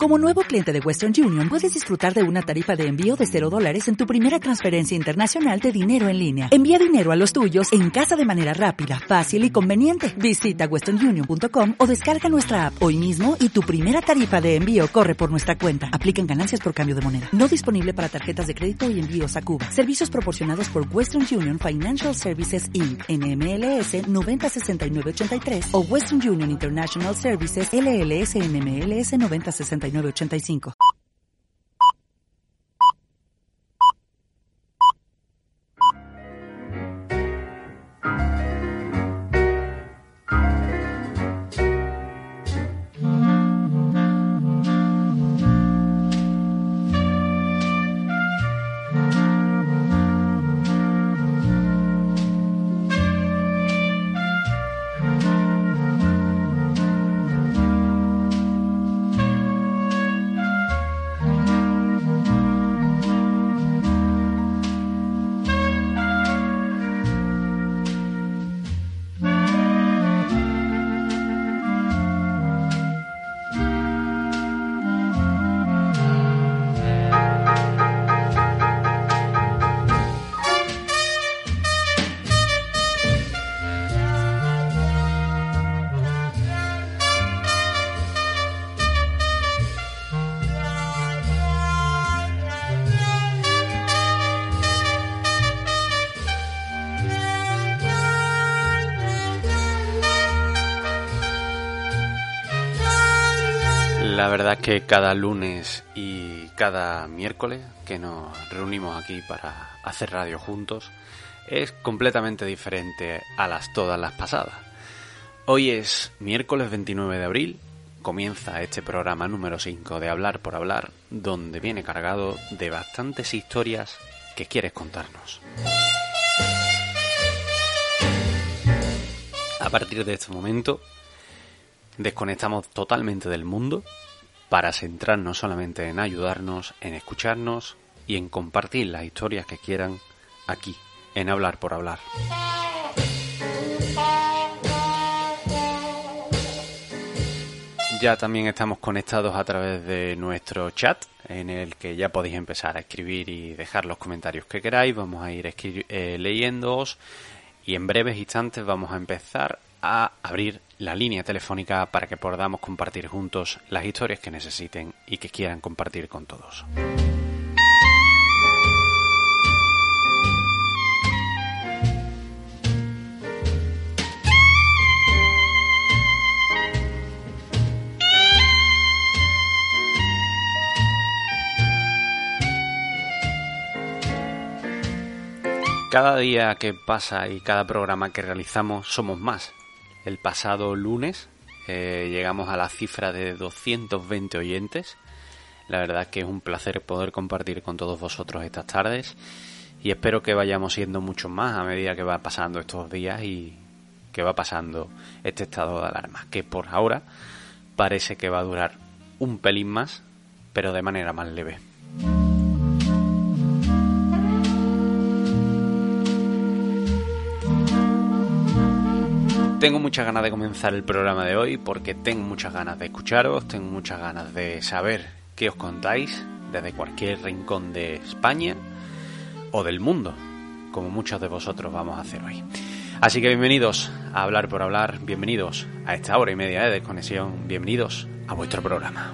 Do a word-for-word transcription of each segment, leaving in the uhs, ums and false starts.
Como nuevo cliente de Western Union, puedes disfrutar de una tarifa de envío de cero dólares en tu primera transferencia internacional de dinero en línea. Envía dinero a los tuyos en casa de manera rápida, fácil y conveniente. Visita western union punto com o descarga nuestra app hoy mismo y tu primera tarifa de envío corre por nuestra cuenta. Aplican ganancias por cambio de moneda. No disponible para tarjetas de crédito y envíos a Cuba. Servicios proporcionados por Western Union Financial Services incorporated, N M L S noventa sesenta y nueve ochenta y tres o Western Union International Services L L S N M L S noventa sesenta y nueve ochenta y cinco. La verdad es que cada lunes y cada miércoles que nos reunimos aquí para hacer radio juntos es completamente diferente a las todas las pasadas. Hoy es miércoles veintinueve de abril, comienza este programa número cinco de Hablar por Hablar, donde viene cargado de bastantes historias que quieres contarnos. A partir de este momento desconectamos totalmente del mundo para centrarnos solamente en ayudarnos, en escucharnos y en compartir las historias que quieran aquí, en Hablar por Hablar. Ya también estamos conectados a través de nuestro chat, en el que ya podéis empezar a escribir y dejar los comentarios que queráis. Vamos a ir escri- eh, leyéndoos y en breves instantes vamos a empezar a abrir la línea telefónica para que podamos compartir juntos las historias que necesiten y que quieran compartir con todos. Cada día que pasa y cada programa que realizamos somos más. El pasado lunes eh, llegamos a la cifra de doscientos veinte oyentes. La verdad es que es un placer poder compartir con todos vosotros estas tardes y espero que vayamos siendo mucho más a medida que va pasando estos días y que va pasando este estado de alarma, que por ahora parece que va a durar un pelín más, pero de manera más leve. Tengo muchas ganas de comenzar el programa de hoy porque tengo muchas ganas de escucharos, tengo muchas ganas de saber qué os contáis desde cualquier rincón de España o del mundo, como muchos de vosotros vamos a hacer hoy. Así que bienvenidos a Hablar por Hablar, bienvenidos a esta hora y media de desconexión, bienvenidos a vuestro programa.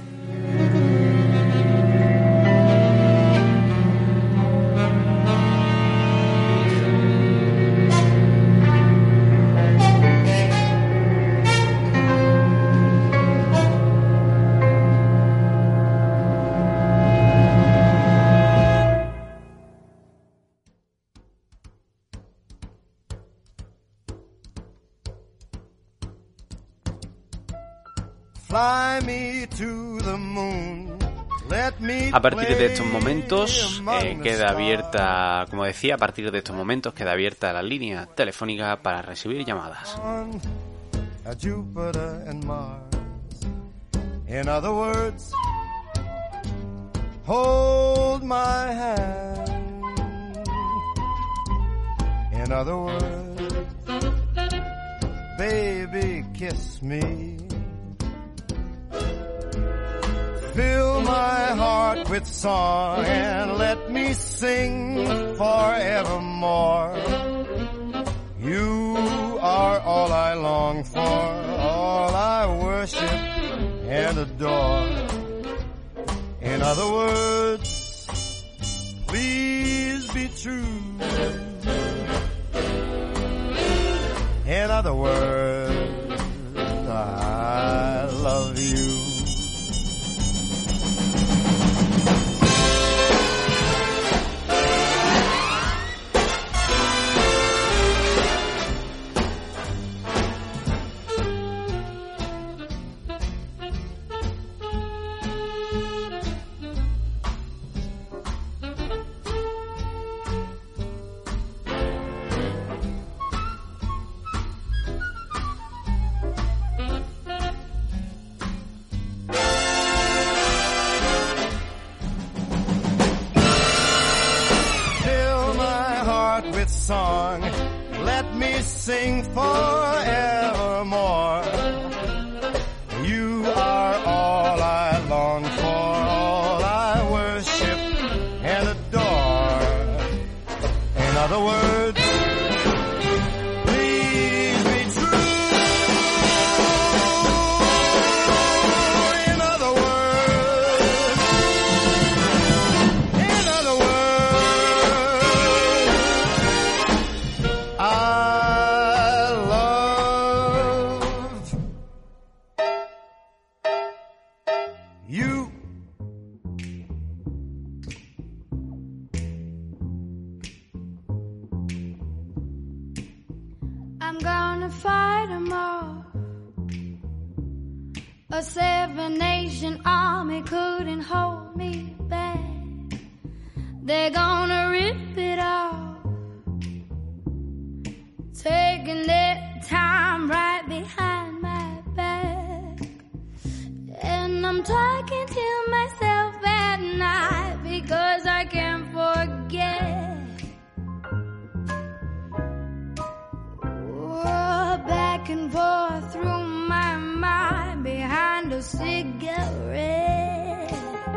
A partir de estos momentos eh, queda abierta, como decía, a partir de estos momentos queda abierta la línea telefónica para recibir llamadas. In other words, hold my hand. In other words, baby, kiss me. Fill my heart with song and let me sing forevermore. You are all I long for, all I worship and adore. In other words, please be true. In other words, I love you. Song, let me sing forevermore. You are all I long for, all I worship and adore. In other words, please be true. In other words, in other words, I love you. I'm gonna fight 'em all. A seven-nation army couldn't hold me back. They're gonna rip it off, taking their time right behind my back. And I'm talking to myself at night because I can't forget. Oh, back and forth through my mind behind a cigarette.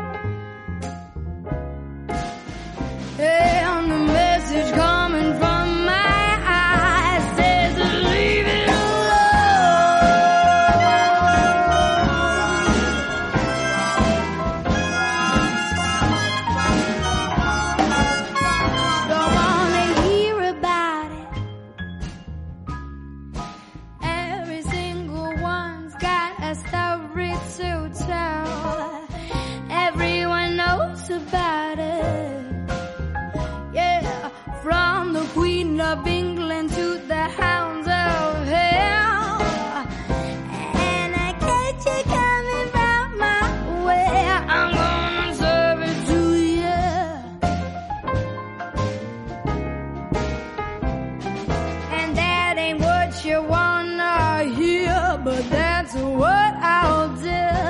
And the message coming from my eyes says leave it Don't wanna hear about it. Every single one's got a story to tell. Everyone knows about it. Yeah, from the Queen of England to the hounds of hell. And I catch you coming round my way, I'm gonna serve it to you. And that ain't what you wanna hear, but that's what I'll do.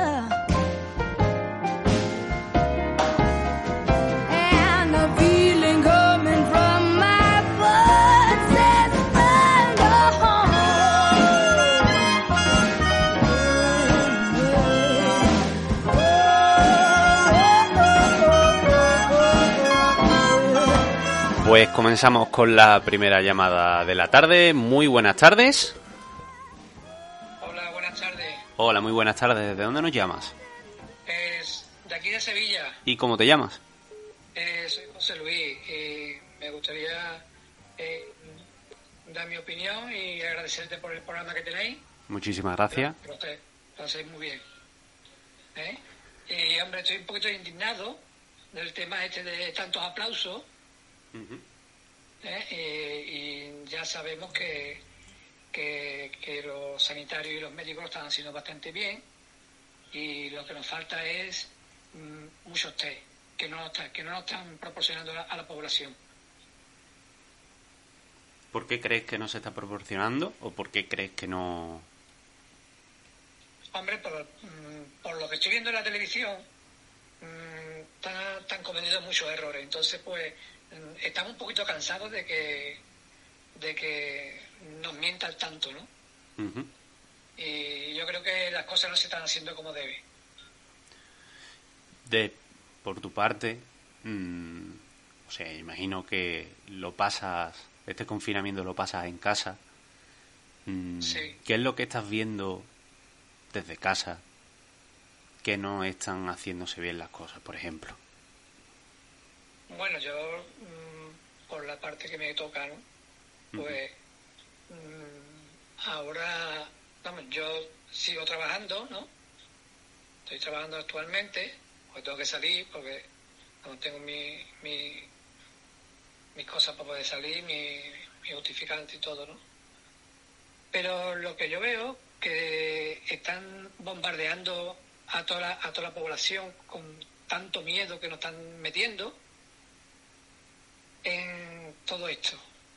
And the feeling coming from my butt says I'm go home. Pues comenzamos con la primera llamada de la tarde. Muy buenas tardes. Hola, buenas tardes. Hola, muy buenas tardes. ¿Desde dónde nos llamas? Es de aquí de Sevilla. ¿Y cómo te llamas? Eh, soy José Luis y me gustaría eh, dar mi opinión y agradecerte por el programa que tenéis. Muchísimas gracias. Lo, lo, lo hacéis muy bien. ¿Eh? Y hombre, estoy un poquito indignado del tema este de tantos aplausos. Uh-huh. ¿Eh? Y, y ya sabemos que, que, que los sanitarios y los médicos lo están haciendo bastante bien y lo que nos falta es mm, muchos test que no, está, que no nos están proporcionando a la población. ¿Por qué crees que no se está proporcionando o por qué crees que no...? Hombre, por, por lo que estoy viendo en la televisión, están, están cometiendo muchos errores. Entonces, pues, estamos un poquito cansados de que de que nos mientan tanto, ¿no? Uh-huh. Y yo creo que las cosas no se están haciendo como debe. De, por tu parte, mmm, o sea, imagino que lo pasas, este confinamiento lo pasas en casa. Mm, Sí. ¿Qué es lo que estás viendo desde casa que no están haciéndose bien las cosas, por ejemplo? Bueno, yo, mmm, por la parte que me toca, ¿no? Pues uh-huh. mmm, ahora, vamos, yo sigo trabajando, ¿no? Estoy trabajando actualmente, pues tengo que salir porque no tengo mi, mi, mis cosas para poder salir, mi, mi justificante y todo, ¿no? Pero lo que yo veo que están bombardeando a toda la, a toda la población con tanto miedo que nos están metiendo en todo esto.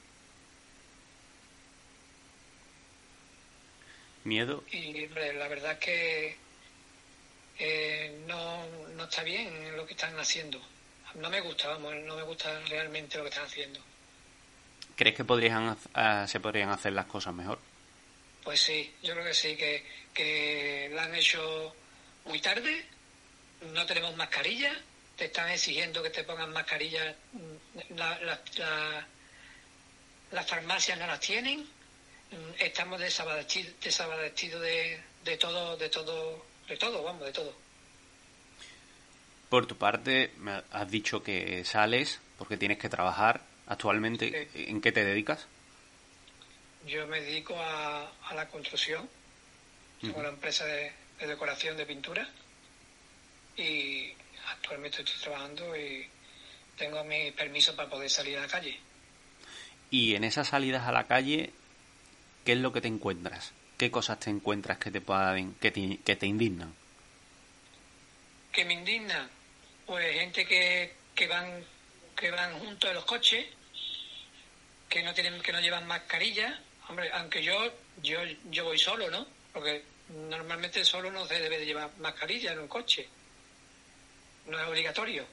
¿Miedo? Y hombre, la verdad es que eh, no, no está bien lo que están haciendo. No me gusta, vamos, no me gusta realmente lo que están haciendo. ¿Crees que podrían uh, se podrían hacer las cosas mejor? Pues sí, yo creo que sí, que, que la han hecho muy tarde, no tenemos mascarillas, te están exigiendo que te pongan mascarillas, la, la, la, las farmacias no las tienen, estamos desabastecidos desabastecido de, de todo, de todo, de todo, vamos, de todo. Por tu parte, me has dicho que sales porque tienes que trabajar. Actualmente, sí. ¿En qué te dedicas? Yo me dedico a, a la construcción. Tengo uh-huh. una empresa de, de decoración de pintura y actualmente estoy trabajando y tengo mis permisos para poder salir a la calle. Y en esas salidas a la calle, ¿qué es lo que te encuentras? ¿Qué cosas te encuentras que te puedan, que te, que te indignan? Que me indigna, pues gente que, que van que van juntos en los coches, que no tienen, que no llevan mascarilla. Hombre, aunque yo yo yo voy solo, ¿no? Porque normalmente solo no se debe de llevar mascarilla en un coche. No es obligatorio.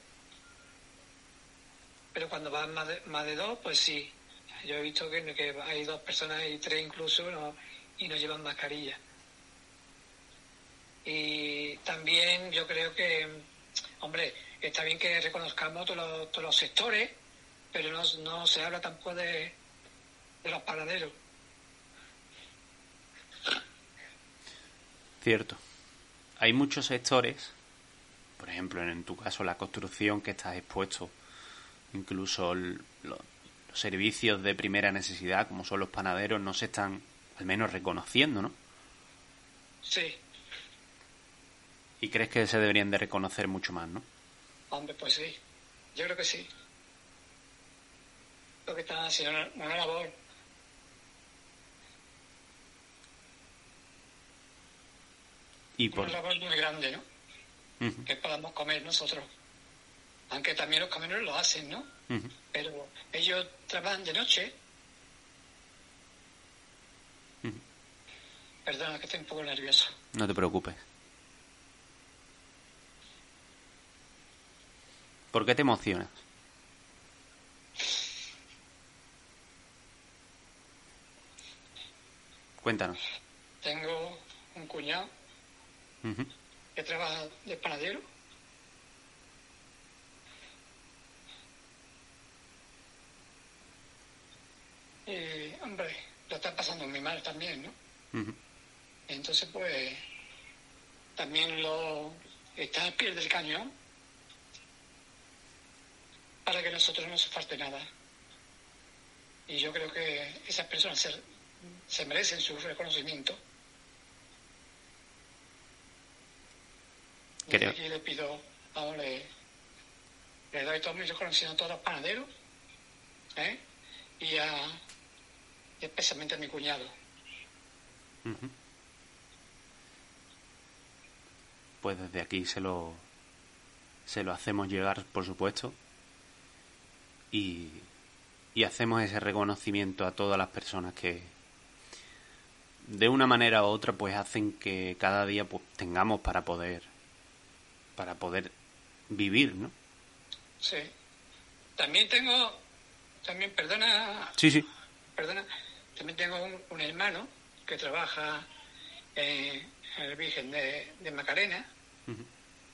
Pero cuando van más de, más de dos, pues sí. Yo he visto que, que hay dos personas y tres incluso no, y no llevan mascarilla. Y también yo creo que, hombre, está bien que reconozcamos todos los, todos los sectores, pero no, no se habla tampoco de, de los panaderos. Cierto. Hay muchos sectores, por ejemplo, en tu caso la construcción, que estás expuesto, incluso el, los, los servicios de primera necesidad, como son los panaderos, no se están al menos reconociendo, ¿no? Sí. ¿Y crees que se deberían de reconocer mucho más, no? Hombre, pues sí. Yo creo que sí. Lo que están haciendo una, una labor. Y por... Una labor muy grande, ¿no? Uh-huh. Que podamos comer nosotros. Aunque también los camioneros lo hacen, ¿no? Uh-huh. Pero ellos trabajan de noche. Uh-huh. Perdona, que estoy un poco nervioso. No te preocupes. ¿Por qué te emocionas? Cuéntanos. Tengo un cuñado uh-huh. que trabaja de panadero. Y, hombre, lo está pasando muy mal también, ¿no? Uh-huh. Entonces, pues, también lo está al pie del cañón para que a nosotros no nos falte nada. Y yo creo que esas personas se, se merecen su reconocimiento. Creo. Y aquí le pido, vamos, le, le doy todo mi reconocimiento a todos los panaderos, ¿eh? y, a, y especialmente a mi cuñado. Uh-huh. Pues desde aquí se lo se lo hacemos llegar, por supuesto. Y, y hacemos ese reconocimiento a todas las personas que de una manera u otra pues hacen que cada día pues tengamos para poder para poder vivir, ¿no? Sí. También tengo también perdona sí sí perdona también tengo un, un hermano que trabaja eh, en el Virgen de, de Macarena uh-huh.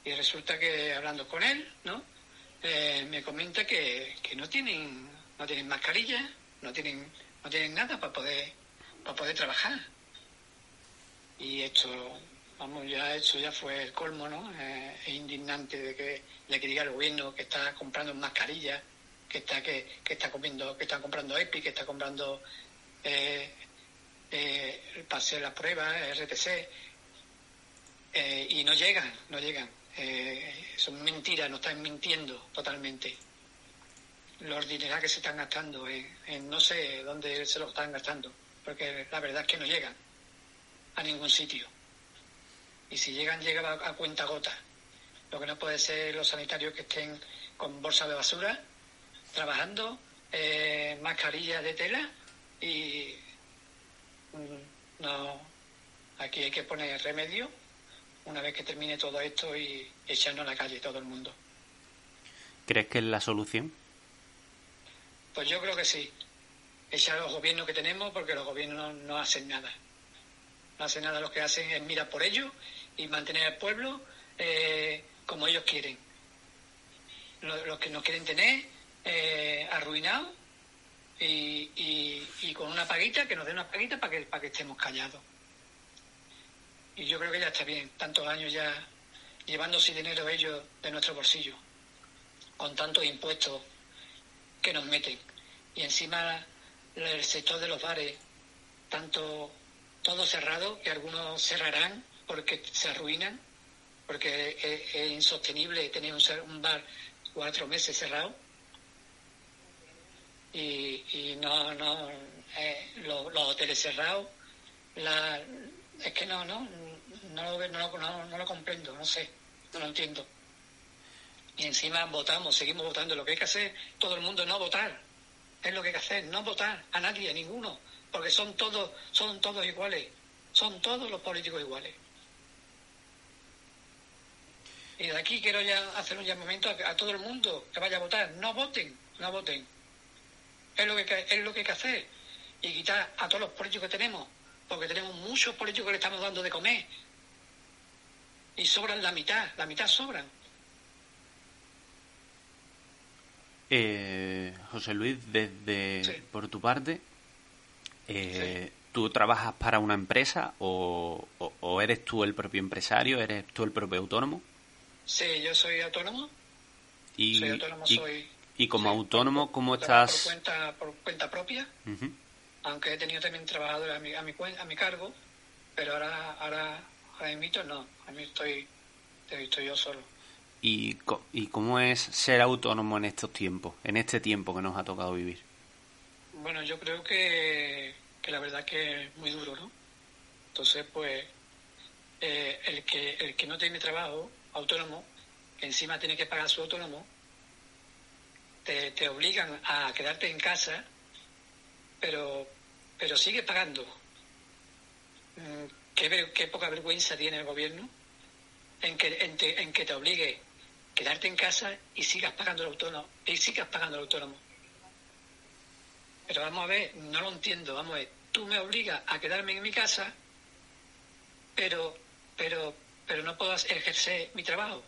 Y resulta que hablando con él, ¿no? Eh, me comenta que, que no tienen no tienen mascarilla, no tienen no tienen nada para poder para poder trabajar. Y esto, vamos, ya eso ya fue el colmo, ¿no? Eh, es indignante de que le que diga al gobierno que está comprando mascarillas, que está que, que está comiendo, que está comprando EPI, que está comprando eh, eh, para hacer las pruebas, R T C, eh, y no llegan, no llegan. Eh, son mentiras, nos están mintiendo totalmente. Los dineros que se están gastando en, en no sé dónde se los están gastando, porque la verdad es que no llegan a ningún sitio. Y si llegan, llegan a, a cuenta gota. Lo que no puede ser los sanitarios que estén con bolsas de basura, trabajando, eh, mascarillas de tela y mm, no, aquí hay que poner remedio una vez que termine todo esto y echarnos a la calle todo el mundo. ¿Crees que es la solución? Pues yo creo que sí. Echar a los gobiernos que tenemos, porque los gobiernos no, no hacen nada. No hacen nada, lo que hacen es mirar por ellos y mantener al pueblo eh, como ellos quieren. Los, los que nos quieren tener eh, arruinados y, y, y con una paguita, que nos den una paguita para que, para que estemos callados. Y yo creo que ya está bien, tantos años ya llevándose dinero ellos de nuestro bolsillo, con tantos impuestos que nos meten. Y encima el sector de los bares, tanto todo cerrado, que algunos cerrarán porque se arruinan, porque es, es insostenible tener un, un bar cuatro meses cerrado. Y, y no, no, eh, los, los hoteles cerrados, la, es que no, no, no, no, no, no, no lo comprendo, no sé, no lo entiendo. Y encima votamos, seguimos votando. Lo que hay que hacer, todo el mundo, no votar. Es lo que hay que hacer, no votar a nadie, a ninguno, porque son todos, son todos iguales, son todos los políticos iguales. Y de aquí quiero ya hacer un llamamiento a, a todo el mundo que vaya a votar. No voten, no voten. Es lo que es lo que hay que hacer. Y quitar a todos los políticos que tenemos, porque tenemos muchos políticos que le estamos dando de comer. Y sobran la mitad, la mitad sobran. Eh, José Luis, desde Sí. por tu parte, eh, Sí. ¿tú trabajas para una empresa o, o, o eres tú el propio empresario, eres tú el propio autónomo? Sí, yo soy autónomo. Y, soy autónomo, y, soy... y como sí, autónomo, por, ¿cómo trabajo estás? Por cuenta, por cuenta propia, Uh-huh. aunque he tenido también trabajadores a mi, a mi, cuen- a mi cargo, pero ahora, ahora, ahora mismo no, a mí estoy, estoy yo solo. ¿Y, co- ¿Y cómo es ser autónomo en estos tiempos, en este tiempo que nos ha tocado vivir? Bueno, yo creo que, que la verdad que es muy duro, ¿no? Entonces, pues, eh, el que el que no tiene trabajo autónomo, que encima tiene que pagar su autónomo, te, te obligan a quedarte en casa, pero pero sigue pagando. Mm, Qué, ver- qué poca vergüenza tiene el gobierno en que en, te- en que te obligue a quedarte en casa y sigas pagando el autónomo y sigas pagando el autónomo. Pero vamos a ver, no lo entiendo, vamos a ver, tú me obligas a quedarme en mi casa, pero pero pero no puedo ejercer mi trabajo.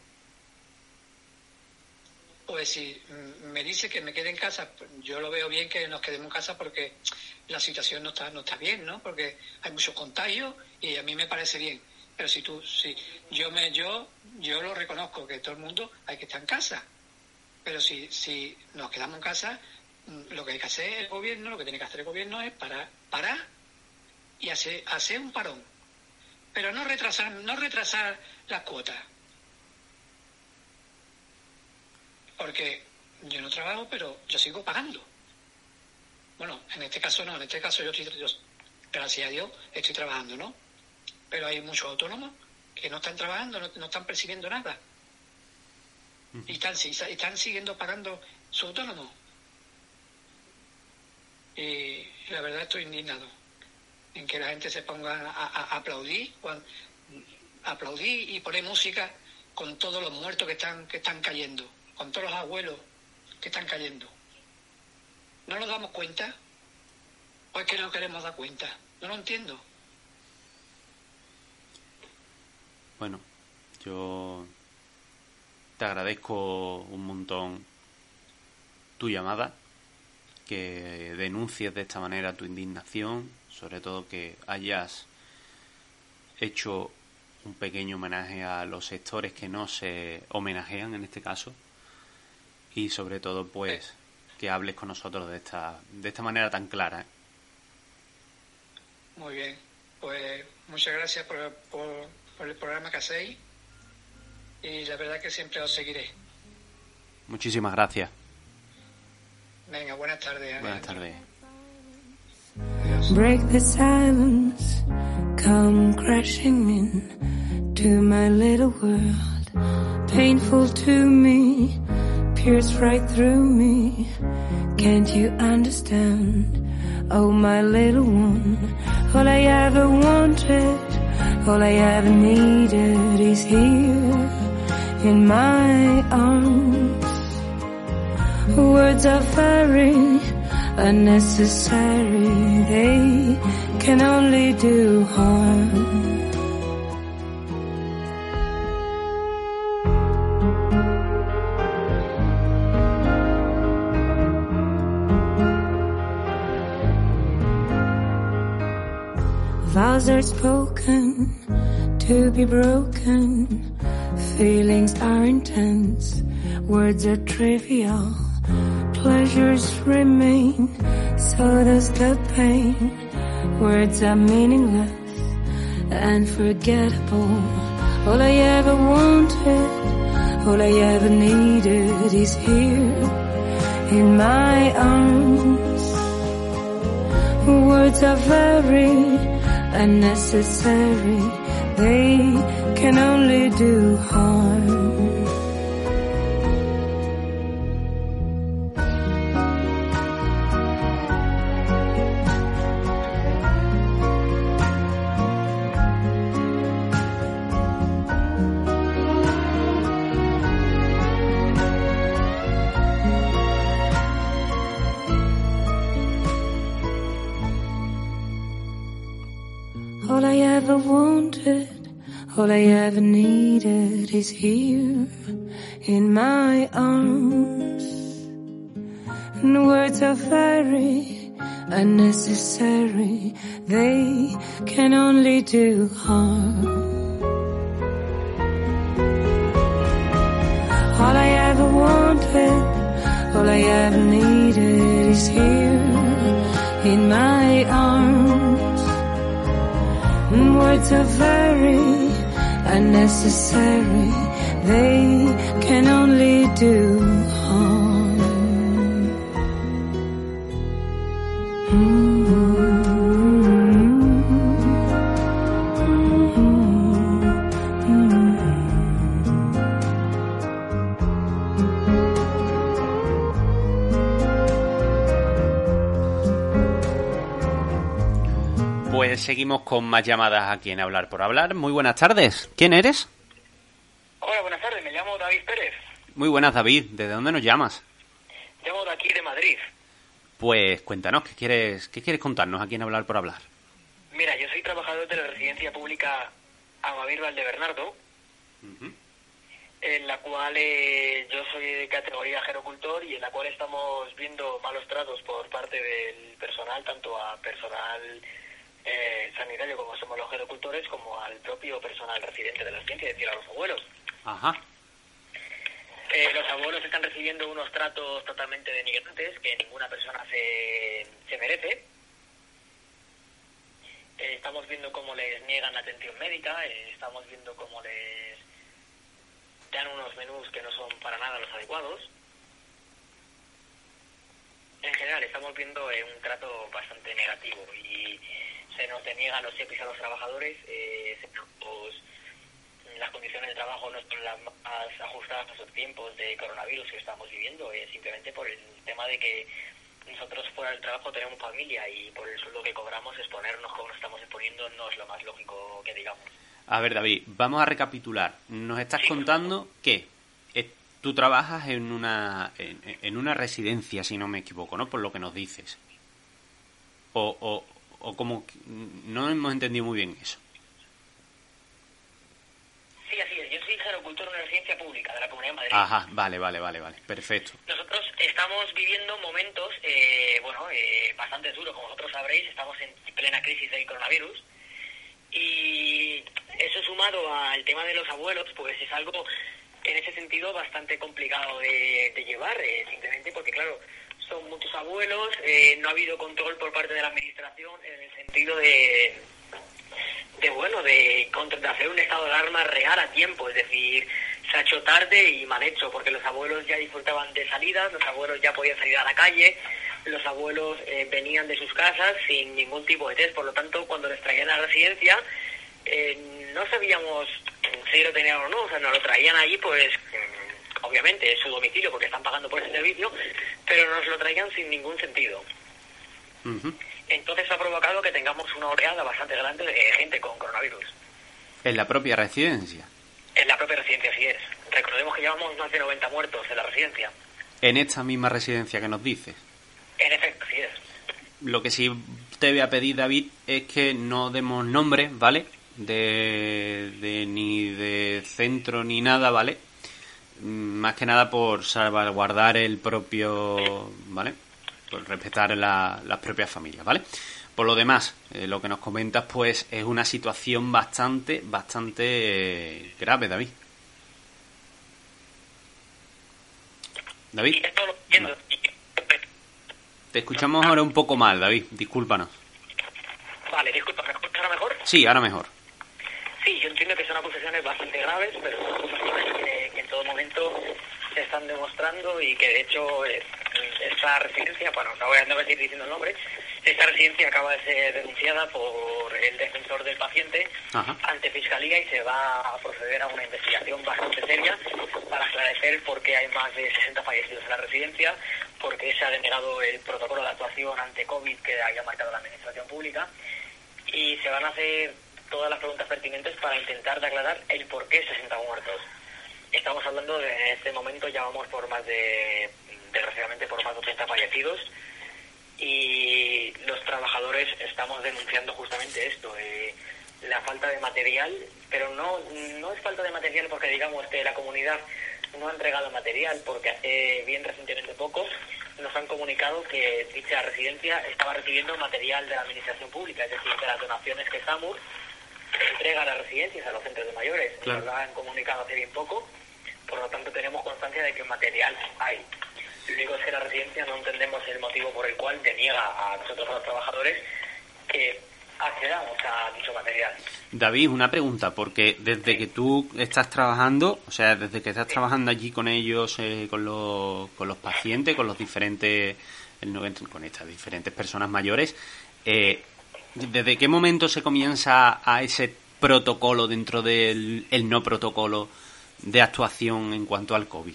Pues si mm, me dice que me quede en casa, pues yo lo veo bien que nos quedemos en casa porque la situación no está no está bien, ¿no? Porque hay muchos contagios y a mí me parece bien. Pero si tú, si yo me yo yo lo reconozco que todo el mundo hay que estar en casa. Pero si si nos quedamos en casa, mm, lo que hay que hacer el gobierno, lo que tiene que hacer el gobierno es parar, parar y hacer hacer un parón. Pero no retrasar no retrasar las cuotas. Porque yo no trabajo, pero yo sigo pagando. Bueno, en este caso no, en este caso yo, estoy, yo gracias a Dios, estoy trabajando, ¿no? Pero hay muchos autónomos que no están trabajando, no, no están percibiendo nada. Uh-huh. Y están, y están siguiendo pagando su autónomo. Y la verdad estoy indignado en que la gente se ponga a, a, a aplaudir, cuando, a aplaudir y poner música con todos los muertos que están que están cayendo, con todos los abuelos que están cayendo. ¿No nos damos cuenta? ¿O es que no queremos dar cuenta? No lo entiendo. Bueno, yo te agradezco un montón tu llamada, que denuncies de esta manera tu indignación, sobre todo que hayas hecho un pequeño homenaje a los sectores que no se homenajean en este caso, y sobre todo pues que hables con nosotros de esta de esta manera tan clara. Muy bien, pues muchas gracias por, por, por el programa que hacéis, y la verdad que siempre os seguiré. Muchísimas gracias. Venga, buenas tardes. Buenas tardes. Adiós. Break the silence, come crashing in to my little world, painful to me, pierce right through me. Can't you understand? Oh, my little one, all I ever wanted, all I ever needed is here in my arms. Words are very unnecessary, they can only do harm. Vows are spoken to be broken, feelings are intense, words are trivial, pleasures remain, so does the pain. Words are meaningless and forgettable. All I ever wanted, all I ever needed is here in my arms. Words are very unnecessary, they can only do harm. All I ever wanted, all I ever needed is here in my arms. And words are very unnecessary, they can only do harm. All I ever wanted, all I ever needed is here in my arms. Words are very unnecessary, they can only do harm. Mm-hmm. Pues seguimos con más llamadas aquí en Hablar por Hablar. Muy buenas tardes. ¿Quién eres? Hola, buenas tardes. Me llamo David Pérez. Muy buenas, David. ¿Desde dónde nos llamas? Llamo de aquí, de Madrid. Pues cuéntanos, ¿qué quieres, qué quieres contarnos aquí en Hablar por Hablar? Mira, yo soy trabajador de la residencia pública Aguavir Valdebernardo, uh-huh. en la cual eh, yo soy de categoría gerocultor y en la cual estamos viendo malos tratos por parte del personal, tanto a personal eh, sanitario como somos los gerocultores, como al propio personal residente de la residencia, es decir, a los abuelos. Ajá. Eh, los abuelos están recibiendo unos tratos totalmente denigrantes que ninguna persona se, se merece. Eh, estamos viendo cómo les niegan atención médica, eh, estamos viendo cómo les dan unos menús que no son para nada los adecuados. En general estamos viendo eh, un trato bastante negativo y se nos deniegan los E P I s a los trabajadores, eh, se nos, las condiciones de trabajo no son las más ajustadas a los tiempos de coronavirus que estamos viviendo, eh, simplemente por el tema de que nosotros fuera del trabajo tenemos familia y por el sueldo que cobramos exponernos como nos estamos exponiendo no es lo más lógico que digamos. A ver, David, vamos a recapitular. Nos estás Sí, contando que eh, tú trabajas en una en, en una residencia, si no me equivoco, ¿no? Por lo que nos dices. O, o, o como que no hemos entendido muy bien eso. Sí, así es. Yo soy gerocultor en una residencia pública de la Comunidad ¿eh? Madrid. Ajá, vale, vale, vale, vale, perfecto. Nosotros estamos viviendo momentos, eh, bueno, eh, bastante duros, como vosotros sabréis, estamos en plena crisis del coronavirus, y eso sumado al tema de los abuelos, pues es algo en ese sentido bastante complicado de, de llevar, eh, simplemente porque, claro, son muchos abuelos, eh, no ha habido control por parte de la administración en el sentido de, de bueno, de, de hacer un estado de alarma real a tiempo, es decir, se ha hecho tarde y mal hecho, porque los abuelos ya disfrutaban de salidas, los abuelos ya podían salir a la calle, los abuelos eh, venían de sus casas sin ningún tipo de test, por lo tanto, cuando les traían a la residencia, eh, no sabíamos si lo tenían o no, o sea, nos lo traían allí, pues, obviamente, es su domicilio, porque están pagando por ese servicio, pero nos lo traían sin ningún sentido. Uh-huh. Entonces ha provocado que tengamos una oleada bastante grande de gente con coronavirus. ¿En la propia residencia? En la propia residencia, así es. Recordemos que llevamos más de noventa muertos en la residencia. ¿En esta misma residencia que nos dices? En efecto, así es. Lo que sí te voy a pedir, David, es que no demos nombres, ¿vale? De, de ni de centro ni nada, ¿vale? Más que nada por salvaguardar el propio, ¿vale? Por respetar la, las propias familias, ¿vale? Por lo demás, eh, lo que nos comentas, pues, es una situación bastante, bastante eh, grave, David. ¿David? Vale. Te escuchamos ahora un poco mal, David, discúlpanos. Vale, disculpa, ¿me escuchas ahora mejor? Sí, ahora mejor. Sí, yo entiendo que son acusaciones bastante graves, pero son acusaciones que, que en todo momento se están demostrando y que de hecho eh, esta residencia, bueno, no voy a, no voy a seguir diciendo el nombre, esta residencia acaba de ser denunciada por el defensor del paciente Ajá. ante Fiscalía y se va a proceder a una investigación bastante seria para esclarecer por qué hay más de sesenta fallecidos en la residencia, por qué se ha denegado el protocolo de actuación ante COVID que había marcado la administración pública, y se van a hacer todas las preguntas pertinentes para intentar aclarar el por qué sesenta muertos. Estamos hablando de, en este momento ya vamos por más de, desgraciadamente por más de ochenta fallecidos, y los trabajadores estamos denunciando justamente esto, eh, la falta de material, pero no, no es falta de material porque digamos que la comunidad no ha entregado material, porque hace bien recientemente poco nos han comunicado que dicha residencia estaba recibiendo material de la administración pública, es decir, de las donaciones que SAMUR entrega a las residencias, a los centros de mayores. Claro. Nos lo han comunicado hace bien poco, por lo tanto tenemos constancia de que material hay. Lo único es que la residencia no entendemos el motivo por el cual deniega a nosotros, a los trabajadores, que accedamos a dicho material. David, una pregunta, porque desde sí. que tú estás trabajando, o sea, desde que estás sí. trabajando allí con ellos, eh, con los con los pacientes, con los diferentes, con estas diferentes personas mayores, eh, ¿desde qué momento se comienza a ese protocolo dentro del el no protocolo de actuación en cuanto al COVID?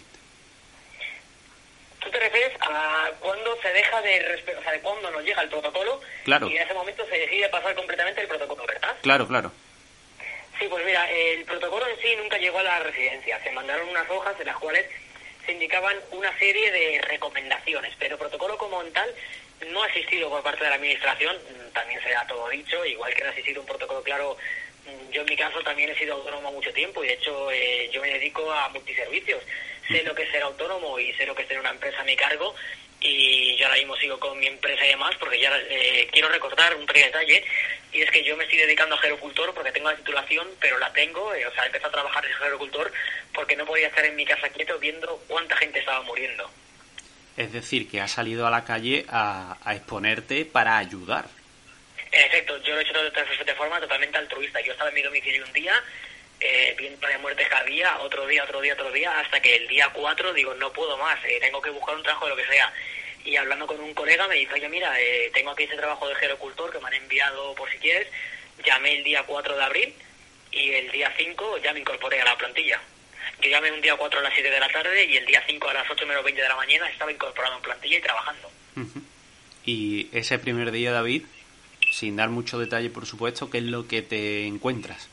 ¿Tú te refieres a cuándo se deja de respetar, o sea, de cuándo nos llega el protocolo? Claro. Y en ese momento se decide pasar completamente el protocolo, ¿verdad? Claro, claro. Sí, pues mira, el protocolo en sí nunca llegó a la residencia. Se mandaron unas hojas en las cuales se indicaban una serie de recomendaciones, pero el protocolo como tal no ha existido por parte de la administración, también se ha todo dicho, igual que no ha existido un protocolo claro. Yo en mi caso también he sido autónomo mucho tiempo y de hecho eh, yo me dedico a multiservicios. Sé lo que es ser autónomo y sé lo que es tener una empresa a mi cargo, y yo ahora mismo sigo con mi empresa y demás porque ya eh, quiero recordar un pequeño detalle, y es que yo me estoy dedicando a gerocultor porque tengo la titulación, pero la tengo, eh, o sea, empecé a trabajar de gerocultor porque no podía estar en mi casa quieto viendo cuánta gente estaba muriendo. Es decir, que has salido a la calle a, a exponerte para ayudar. En efecto, yo lo he hecho de, de forma totalmente altruista. Yo estaba en mi domicilio un día, eh, viendo las muertes que había, otro día, otro día, otro día, hasta que el día cuatro digo, no puedo más, eh, tengo que buscar un trabajo de lo que sea. Y hablando con un colega me dice, oye, mira, eh, tengo aquí ese trabajo de gerocultor que me han enviado por si quieres. Llamé el día cuatro de abril y el día cinco ya me incorporé a la plantilla. Yo llamé un día cuatro a las siete de la tarde y el día cinco a las ocho menos veinte de la mañana estaba incorporado en plantilla y trabajando. Uh-huh. Y ese primer día, David, sin dar mucho detalle, por supuesto, ¿qué es lo que te encuentras?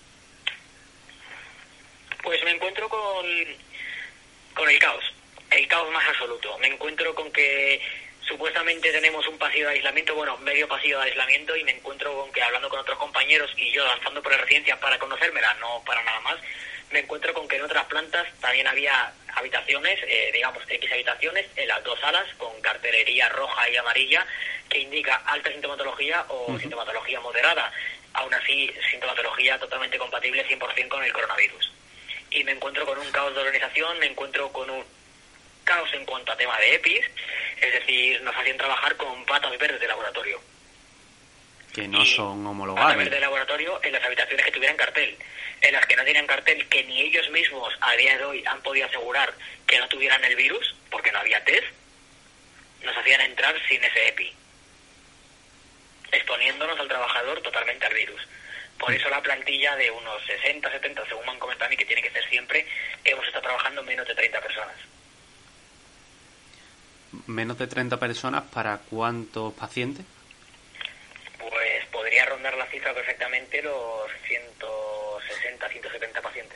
Pues me encuentro con, con el caos, el caos más absoluto. Me encuentro con que supuestamente tenemos un pasillo de aislamiento, bueno, medio pasillo de aislamiento, y me encuentro con que hablando con otros compañeros y yo avanzando por la residencia para conocérmela, no para nada más, me encuentro con que en otras plantas también había habitaciones, eh, digamos, X habitaciones en las dos salas con cartelería roja y amarilla que indica alta sintomatología o uh-huh. sintomatología moderada. Aún así, sintomatología totalmente compatible cien por ciento con el coronavirus. Y me encuentro con un caos de organización, me encuentro con un caos en cuanto a tema de E P Is, es decir, nos hacían trabajar con patas verdes de laboratorio. Que no y son homologables. Patas verdes de laboratorio en las habitaciones que tuvieran cartel. En las que no tenían cartel, que ni ellos mismos a día de hoy han podido asegurar que no tuvieran el virus, porque no había test, nos hacían entrar sin ese E P I, exponiéndonos al trabajador totalmente al virus. Por eso la plantilla de unos sesenta, setenta, según me han comentado a mí, que tiene que ser siempre, hemos estado trabajando menos de treinta personas. ¿Menos de treinta personas para cuántos pacientes? Pues podría rondar la cifra perfectamente los ciento sesenta, ciento setenta pacientes.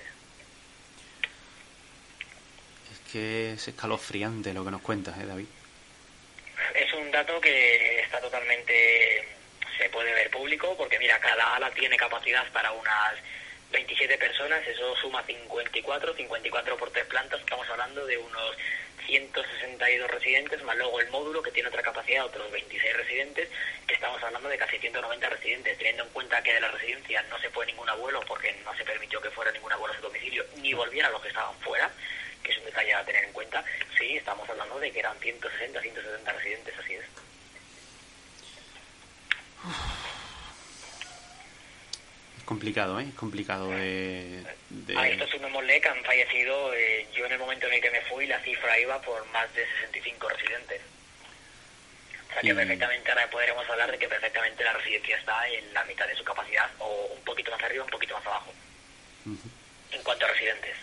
Es que es escalofriante lo que nos cuentas, ¿eh, David? Es un dato que está totalmente... se puede ver público, porque mira, cada ala tiene capacidad para unas veintisiete personas, eso suma cincuenta y cuatro, cincuenta y cuatro por tres plantas, estamos hablando de unos ciento sesenta y dos residentes, más luego el módulo que tiene otra capacidad, otros veintiséis residentes, que estamos hablando de casi ciento noventa residentes, teniendo en cuenta que de la residencia no se fue ningún abuelo porque no se permitió que fuera ningún abuelo a su domicilio, ni volviera a los que estaban fuera, que es un detalle a tener en cuenta. Sí, estamos hablando de que eran ciento sesenta, ciento setenta residentes, así es. Es complicado, ¿eh? Es complicado de... de... A esto sumémosle que han fallecido, eh, yo en el momento en el que me fui, la cifra iba por más de sesenta y cinco residentes. O sea que y... perfectamente ahora podremos hablar de que perfectamente la residencia está en la mitad de su capacidad, o un poquito más arriba, un poquito más abajo, uh-huh. en cuanto a residentes.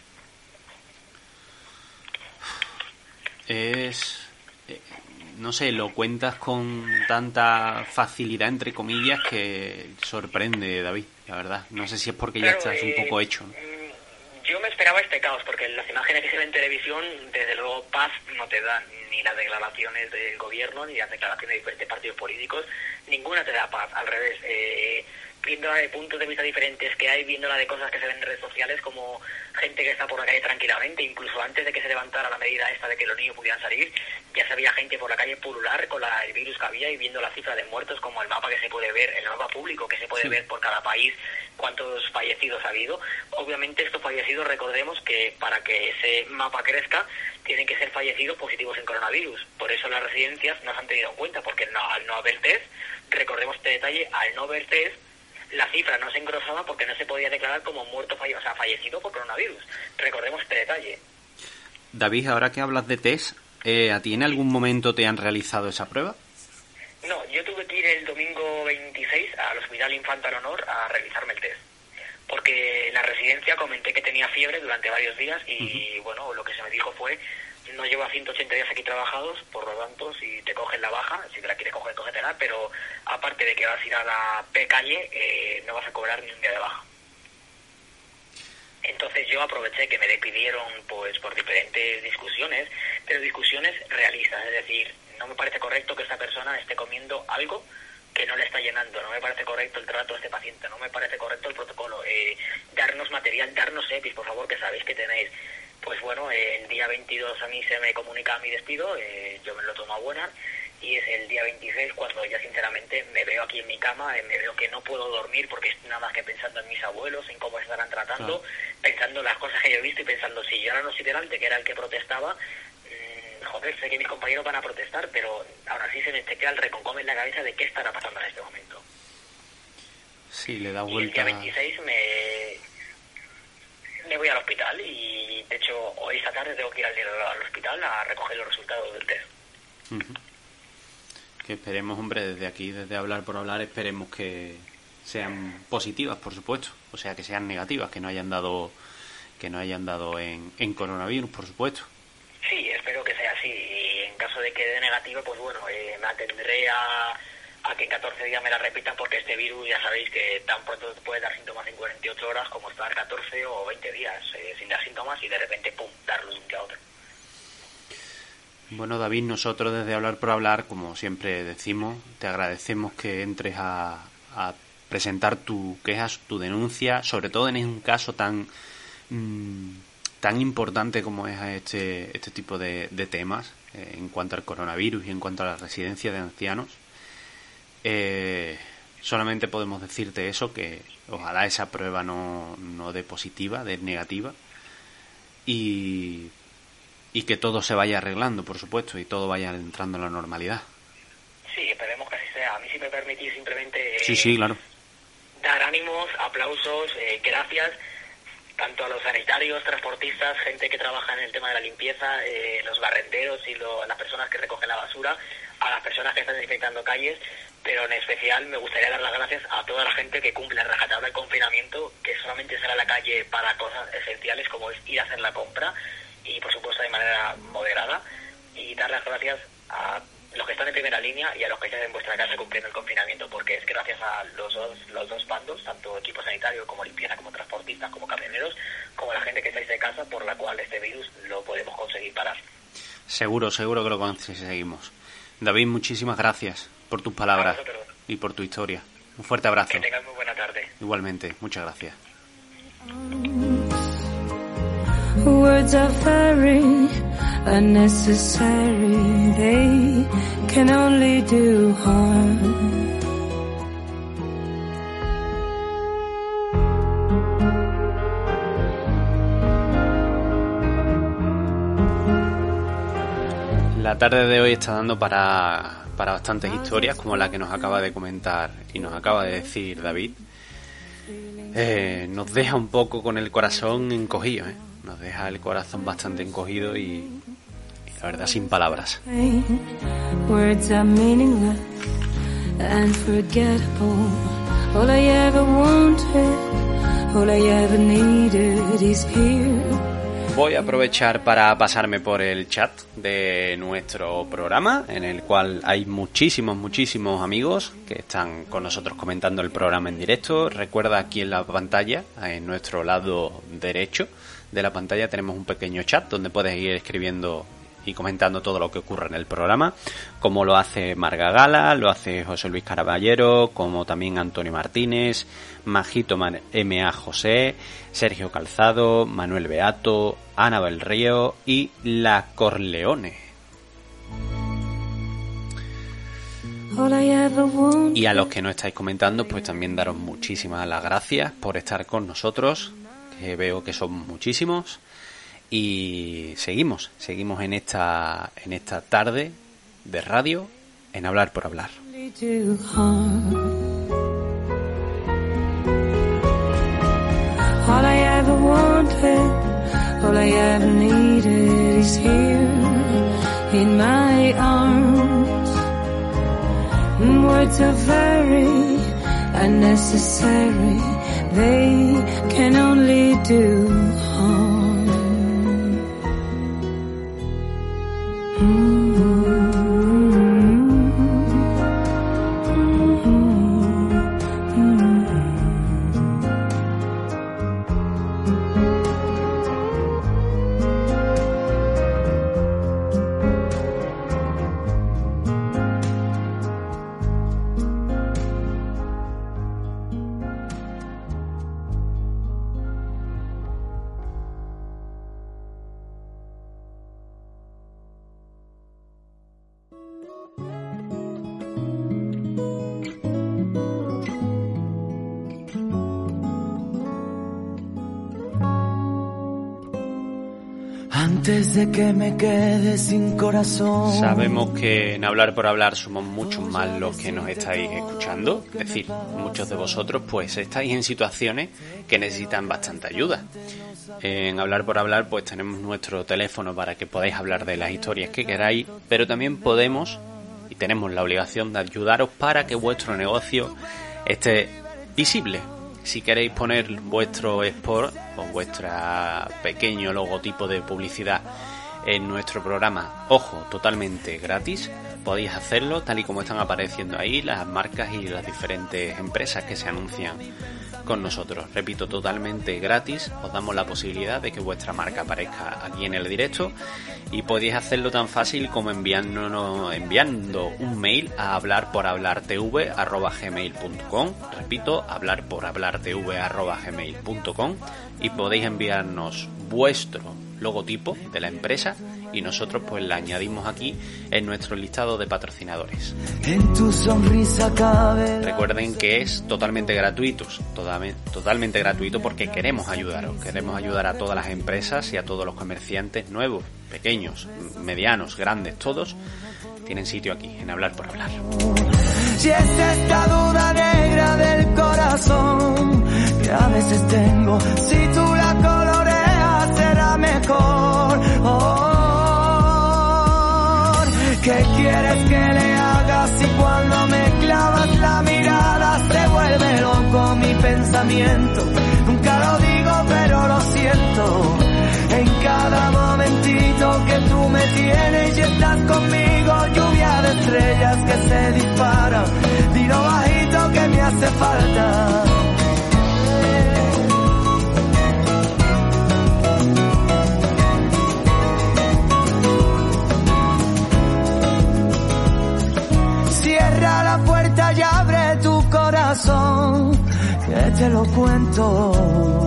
Es... no sé, lo cuentas con tanta facilidad, entre comillas, que sorprende, David, la verdad. No sé si es porque claro, ya estás eh, un poco hecho, ¿no? Yo me esperaba este caos, porque las imágenes que se ven en televisión, desde luego paz no te dan, ni las declaraciones del gobierno, ni las declaraciones de diferentes partidos políticos, ninguna te da paz, al revés. Eh, viéndola de puntos de vista diferentes que hay, viéndola de cosas que se ven en redes sociales, como gente que está por la calle tranquilamente, incluso antes de que se levantara la medida esta de que los niños pudieran salir, ya se había gente por la calle pulular con la, el virus que había, y viendo la cifra de muertos, como el mapa que se puede ver, el mapa público que se puede sí. ver por cada país, cuántos fallecidos ha habido. Obviamente estos fallecidos, recordemos que para que ese mapa crezca, tienen que ser fallecidos positivos en coronavirus. Por eso las residencias no se han tenido en cuenta, porque no, al no haber test, recordemos este detalle, al no haber test, la cifra no se engrosaba porque no se podía declarar como muerto, falle- o sea, fallecido por coronavirus. Recordemos este detalle. David, ahora que hablas de test, eh, ¿a ti en algún momento te han realizado esa prueba? No, yo tuve que ir el domingo veintiséis al Hospital Infanta Leonor a realizarme el test. Porque en la residencia comenté que tenía fiebre durante varios días y, uh-huh. bueno, lo que se me dijo fue: no llevo ciento ochenta días aquí trabajados, por lo tanto, si te cogen la baja, si te la quieres coger, cógetela, pero aparte de que vas a ir a la P calle, eh, no vas a cobrar ni un día de baja. Entonces yo aproveché que me despidieron pues por diferentes discusiones, pero discusiones realistas, es decir, no me parece correcto que esta persona esté comiendo algo que no le está llenando, no me parece correcto el trato de este paciente, no me parece correcto el protocolo, eh, darnos material, darnos E P Is, por favor, que sabéis que tenéis. Pues bueno, eh, el día veintidós a mí se me comunica mi despido, eh, yo me lo tomo a buena, y es el día veintiséis cuando ya sinceramente me veo aquí en mi cama, eh, me veo que no puedo dormir porque estoy nada más que pensando en mis abuelos, en cómo estarán tratando, ah. pensando en las cosas que yo he visto y pensando, si yo ahora no soy delante, que era el que protestaba, mmm, joder, sé que mis compañeros van a protestar, pero aún así se me te queda el reconcome en la cabeza de qué estará pasando en este momento. Sí, le da Y vuelta. el día veintiséis me... me voy al hospital y de hecho hoy esta tarde tengo que ir al, al hospital a recoger los resultados del test. Uh-huh. Que esperemos, hombre, desde aquí, desde hablar por hablar, esperemos que sean positivas, por supuesto, o sea, que sean negativas, que no hayan dado que no hayan dado en, en coronavirus, por supuesto. Sí, espero que sea así, y en caso de que dé negativa, pues bueno, eh, me atendré a a que en catorce días me la repitan, porque este virus ya sabéis que tan pronto te puede dar síntomas en cuarenta y ocho horas como estar catorce o veinte días eh, sin dar síntomas y de repente, pum, darlo de un día a otro. Bueno, David, nosotros desde Hablar por Hablar, como siempre decimos, te agradecemos que entres a, a presentar tu queja, tu denuncia, sobre todo en un caso tan mmm, tan importante como es este, este tipo de, de temas, eh, en cuanto al coronavirus y en cuanto a la residencia de ancianos, eh, solamente podemos decirte eso, que ojalá esa prueba no, no dé positiva, dé negativa, y, y que todo se vaya arreglando, por supuesto, y todo vaya entrando en la normalidad. Sí, esperemos que así sea. A mí, si me permitís, simplemente... Sí, sí, claro. Dar ánimos, aplausos, eh, gracias tanto a los sanitarios, transportistas, gente que trabaja en el tema de la limpieza, eh, los barrenderos y lo, las personas que recogen la basura, a las personas que están desinfectando calles, pero en especial me gustaría dar las gracias a toda la gente que cumple a rajatabla el confinamiento, que solamente sale a la calle para cosas esenciales como es ir a hacer la compra y, por supuesto, de manera moderada, y dar las gracias a los que están en primera línea y a los que están en vuestra casa cumpliendo el confinamiento, porque es gracias a los dos los dos bandos, tanto equipo sanitario como limpieza, como transportistas, como camioneros, como la gente que estáis de casa, por la cual este virus lo podemos conseguir parar. Seguro, seguro que lo conseguimos. David, muchísimas gracias por tus palabras y por tu historia. Un fuerte abrazo. Que tengas muy buena tarde. Igualmente, muchas gracias. Words are very unnecessary, they can only do harm. La tarde de hoy está dando para, para bastantes historias, como la que nos acaba de comentar y nos acaba de decir David. Eh, nos deja un poco con el corazón encogido, ¿eh? Nos deja el corazón bastante encogido y, y la verdad sin palabras. Words are meaningless and forgettable. All I ever wanted, all I ever needed is here. Voy a aprovechar para pasarme por el chat de nuestro programa, en el cual hay muchísimos, muchísimos amigos que están con nosotros comentando el programa en directo. Recuerda, aquí en la pantalla, en nuestro lado derecho de la pantalla, tenemos un pequeño chat donde puedes ir escribiendo y comentando todo lo que ocurre en el programa, como lo hace Marga Gala, lo hace José Luis Caraballero, como también Antonio Martínez, Majito M A José, Sergio Calzado, Manuel Beato, Ana del Río y La Corleone. Y a los que no estáis comentando, pues también daros muchísimas las gracias por estar con nosotros, que veo que son muchísimos. Y seguimos, seguimos en esta en esta tarde de radio, en Hablar por Hablar. All I ever wanted, all I ever needed is here in my arms. Words are very unnecessary, they can only do harm. Antes de que me quede sin corazón. Sabemos que en Hablar por Hablar somos muchos más los que nos estáis escuchando. Es decir, muchos de vosotros pues estáis en situaciones que necesitan bastante ayuda. En Hablar por Hablar pues tenemos nuestro teléfono para que podáis hablar de las historias que queráis, pero también podemos y tenemos la obligación de ayudaros para que vuestro negocio esté visible. Si queréis poner vuestro spot o vuestro pequeño logotipo de publicidad en nuestro programa, ojo, totalmente gratis, podéis hacerlo tal y como están apareciendo ahí las marcas y las diferentes empresas que se anuncian con nosotros. Repito, totalmente gratis, os damos la posibilidad de que vuestra marca aparezca aquí en el directo y podéis hacerlo tan fácil como enviándonos, enviando un mail a hablarporhablartv arroba gmail punto com. Repito, hablarporhablartv arroba gmail punto com, y podéis enviarnos vuestro logotipo de la empresa y nosotros pues la añadimos aquí en nuestro listado de patrocinadores. En tu sonrisa cabe. Recuerden que es totalmente gratuito, totalmente gratuito porque queremos ayudaros, queremos ayudar a todas las empresas y a todos los comerciantes nuevos, pequeños, medianos, grandes, todos tienen sitio aquí en Hablar por Hablar. Si es esta duda negra del corazón que a veces tengo, si tú la coloreas será mejor. Oh, ¿qué quieres que le haga si cuando me clavas la mirada se vuelve loco mi pensamiento? Nunca lo digo pero lo siento. En cada momentito que tú me tienes y estás conmigo, lluvia de estrellas que se disparan, dilo bajito que me hace falta. Cierra la puerta y abre tu corazón, que te lo cuento.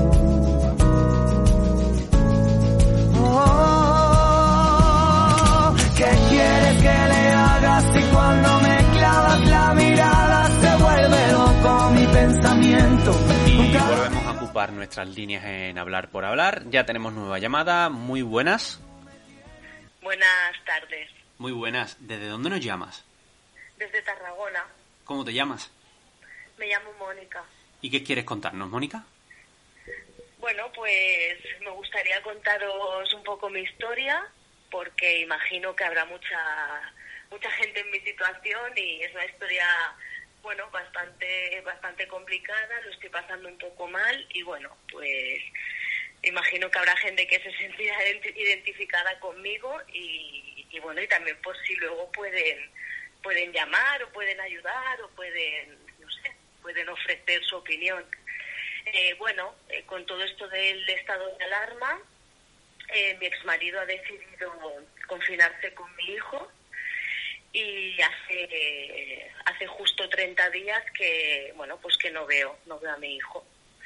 ¿Qué quieres que le hagas si cuando me clavas la mirada se vuelve loco mi pensamiento? Y volvemos a ocupar nuestras líneas en Hablar por Hablar. Ya tenemos nueva llamada. Muy buenas. Buenas tardes. Muy buenas. ¿Desde dónde nos llamas? Desde Tarragona. ¿Cómo te llamas? Me llamo Mónica. ¿Y qué quieres contarnos, Mónica? Bueno, pues me gustaría contaros un poco mi historia, porque imagino que habrá mucha mucha gente en mi situación y es una historia, bueno, bastante bastante complicada, lo estoy pasando un poco mal y bueno, pues imagino que habrá gente que se sentirá identificada conmigo y, y bueno, y también por si luego pueden pueden llamar o pueden ayudar o pueden, no sé, pueden ofrecer su opinión. Eh, bueno, eh, con todo esto del estado de alarma, Eh, mi exmarido ha decidido confinarse con mi hijo y hace eh, hace justo treinta días que bueno pues que no veo no veo a mi hijo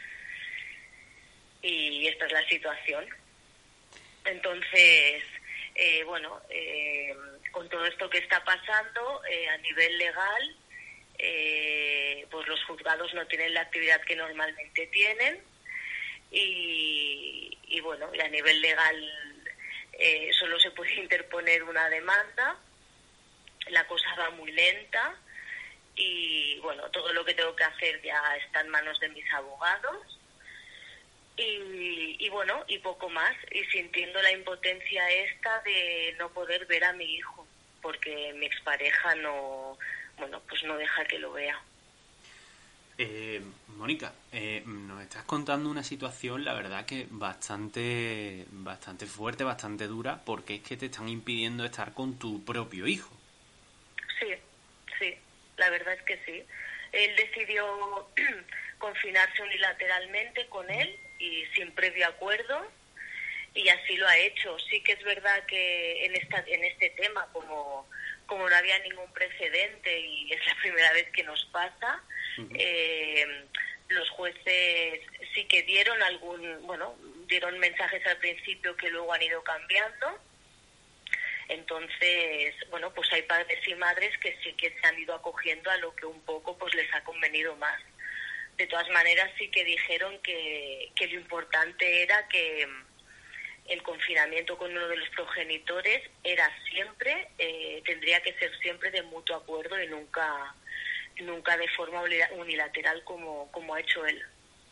y esta es la situación. Entonces eh, bueno eh, con todo esto que está pasando eh, a nivel legal eh, pues los juzgados no tienen la actividad que normalmente tienen. Y, y bueno, y a nivel legal eh, solo se puede interponer una demanda, la cosa va muy lenta y bueno, todo lo que tengo que hacer ya está en manos de mis abogados y, y bueno, y poco más, y sintiendo la impotencia esta de no poder ver a mi hijo, porque mi expareja no, bueno, pues no deja que lo vea. Eh, Mónica, eh, nos estás contando una situación, la verdad que bastante, bastante fuerte, bastante dura, porque es que te están impidiendo estar con tu propio hijo. Sí, sí, la verdad es que sí. Él decidió confinarse unilateralmente con él y sin previo acuerdo, y así lo ha hecho. Sí que es verdad que en esta, en este tema, como, como no había ningún precedente y es la primera vez que nos pasa, Eh, los jueces sí que dieron algún, bueno, dieron mensajes al principio que luego han ido cambiando. Entonces, bueno, pues hay padres y madres que sí que se han ido acogiendo a lo que un poco pues les ha convenido más. De todas maneras sí que dijeron que, que lo importante era que el confinamiento con uno de los progenitores era siempre, eh, tendría que ser siempre de mutuo acuerdo y nunca nunca de forma unilateral como, como ha hecho él.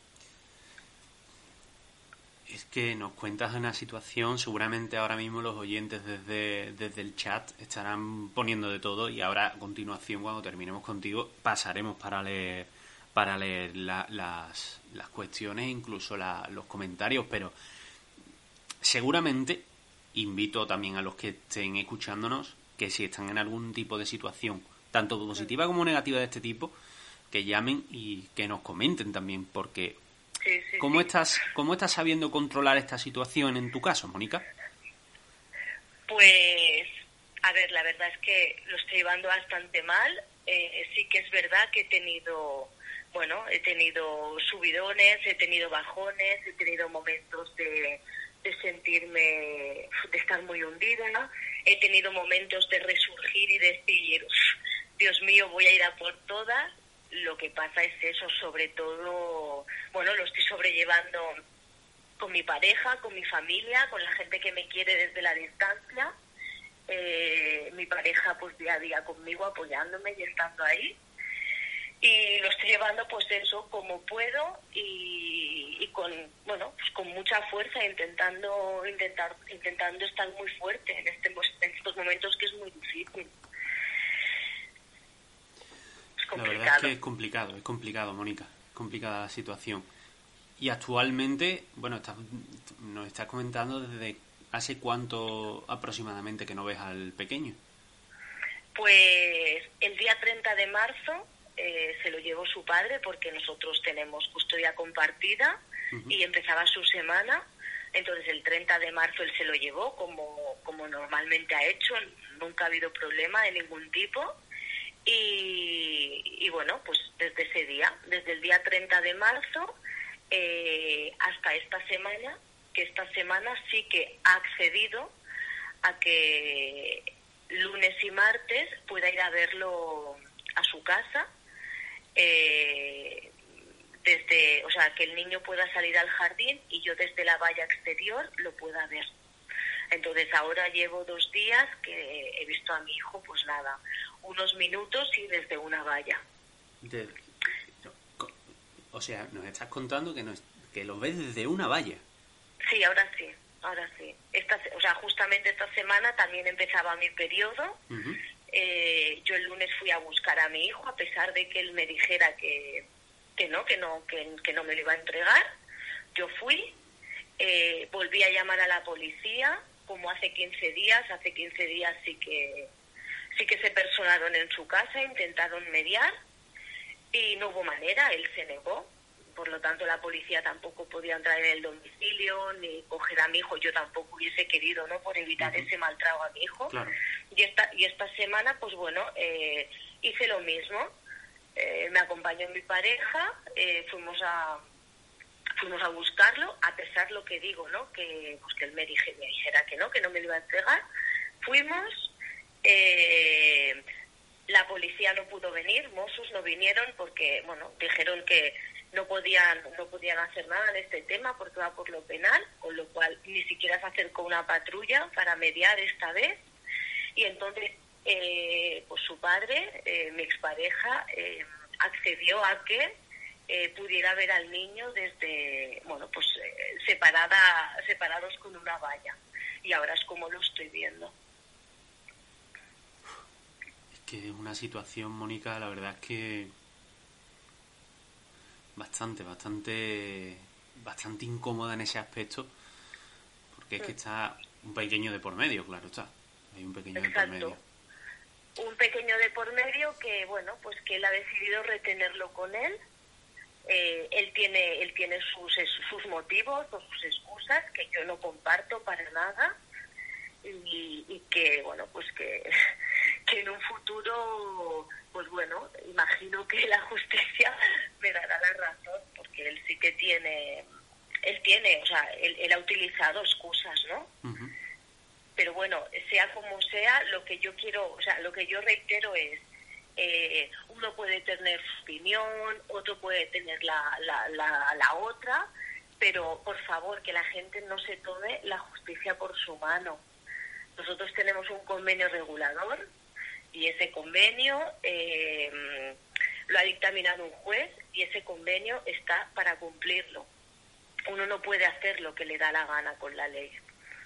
Es que nos cuentas una situación, seguramente ahora mismo los oyentes desde, desde el chat estarán poniendo de todo y ahora a continuación, cuando terminemos contigo, pasaremos para leer, para leer la, las, las cuestiones, incluso la, los comentarios, pero seguramente invito también a los que estén escuchándonos que si están en algún tipo de situación tanto positiva como negativa de este tipo, que llamen y que nos comenten también, porque sí, sí, ¿cómo sí. estás cómo estás sabiendo controlar esta situación en tu caso, Mónica? Pues, a ver, la verdad es que lo estoy llevando bastante mal. Eh, sí que es verdad que he tenido, bueno, he tenido subidones, he tenido bajones, he tenido momentos de, de sentirme, de estar muy hundida. He tenido momentos de resurgir y decir, Dios mío, voy a ir a por todas. Lo que pasa es eso, sobre todo, bueno, lo estoy sobrellevando con mi pareja, con mi familia, con la gente que me quiere desde la distancia. Eh, mi pareja pues día a día conmigo, apoyándome y estando ahí. Y lo estoy llevando pues eso como puedo y, y con bueno pues con mucha fuerza, intentando intentar intentando estar muy fuerte en este en estos momentos que es muy difícil. Es complicado. La verdad es que es complicado, es complicado, Mónica, es complicada la situación. Y actualmente, bueno, estás, nos estás comentando desde hace cuánto aproximadamente que no ves al pequeño. Pues el día treinta de marzo eh, se lo llevó su padre, porque nosotros tenemos custodia compartida. Uh-huh. Y empezaba su semana. Entonces el treinta de marzo él se lo llevó como, como normalmente ha hecho, nunca ha habido problema de ningún tipo. Y, y bueno, pues desde ese día, desde el día treinta de marzo eh, hasta esta semana, que esta semana sí que ha accedido a que lunes y martes pueda ir a verlo a su casa, eh, desde, o sea, que el niño pueda salir al jardín y yo desde la valla exterior lo pueda ver. Entonces ahora llevo dos días que he visto a mi hijo, pues nada, unos minutos y desde una valla. De, o sea, nos estás contando que, nos, que lo ves desde una valla. Sí, ahora sí, ahora sí. Esta, o sea, justamente esta semana también empezaba mi periodo. Uh-huh. Eh, yo el lunes fui a buscar a mi hijo, a pesar de que él me dijera que, que no, que no, que, que no me lo iba a entregar. Yo fui, eh, volví a llamar a la policía, como hace quince días. Hace quince días sí que sí que se personaron en su casa, intentaron mediar y no hubo manera, él se negó. Por lo tanto, la policía tampoco podía entrar en el domicilio ni coger a mi hijo. Yo tampoco hubiese querido, ¿no?, por evitar uh-huh. ese mal trago a mi hijo. Claro. Y esta y esta semana, pues bueno, eh, hice lo mismo. Eh, me acompañó mi pareja, eh, fuimos a fuimos a buscarlo, a pesar lo que digo, ¿no?, que pues que él me dije me dijera que no, que no me lo iba a entregar. Fuimos. Eh, la policía no pudo venir, Mossos no vinieron porque, bueno, dijeron que no podían no podían hacer nada en este tema porque va por lo penal, con lo cual ni siquiera se acercó una patrulla para mediar esta vez. Y entonces eh, pues su padre, eh, mi expareja, eh, accedió a que eh, pudiera ver al niño desde, bueno, pues eh, separada separados con una valla, y ahora es como lo estoy viendo. Que es una situación, Mónica, la verdad es que bastante, bastante, bastante incómoda en ese aspecto, porque es que está un pequeño de por medio, claro está, hay un pequeño Exacto. de por medio. Un pequeño de por medio que, bueno, pues que él ha decidido retenerlo con él. Eh, él tiene, él tiene sus sus motivos o sus excusas que yo no comparto para nada, y, y que, bueno, pues que que en un futuro, pues bueno, imagino que la justicia me dará la razón, porque él sí que tiene, él tiene, o sea, él, él ha utilizado excusas, ¿no? Uh-huh. Pero bueno, sea como sea, lo que yo quiero, o sea, lo que yo reitero es, eh, uno puede tener su opinión, otro puede tener la, la, la, la otra, pero por favor, que la gente no se tome la justicia por su mano. Nosotros tenemos un convenio regulador, y ese convenio eh, lo ha dictaminado un juez, y ese convenio está para cumplirlo. Uno no puede hacer lo que le da la gana con la ley.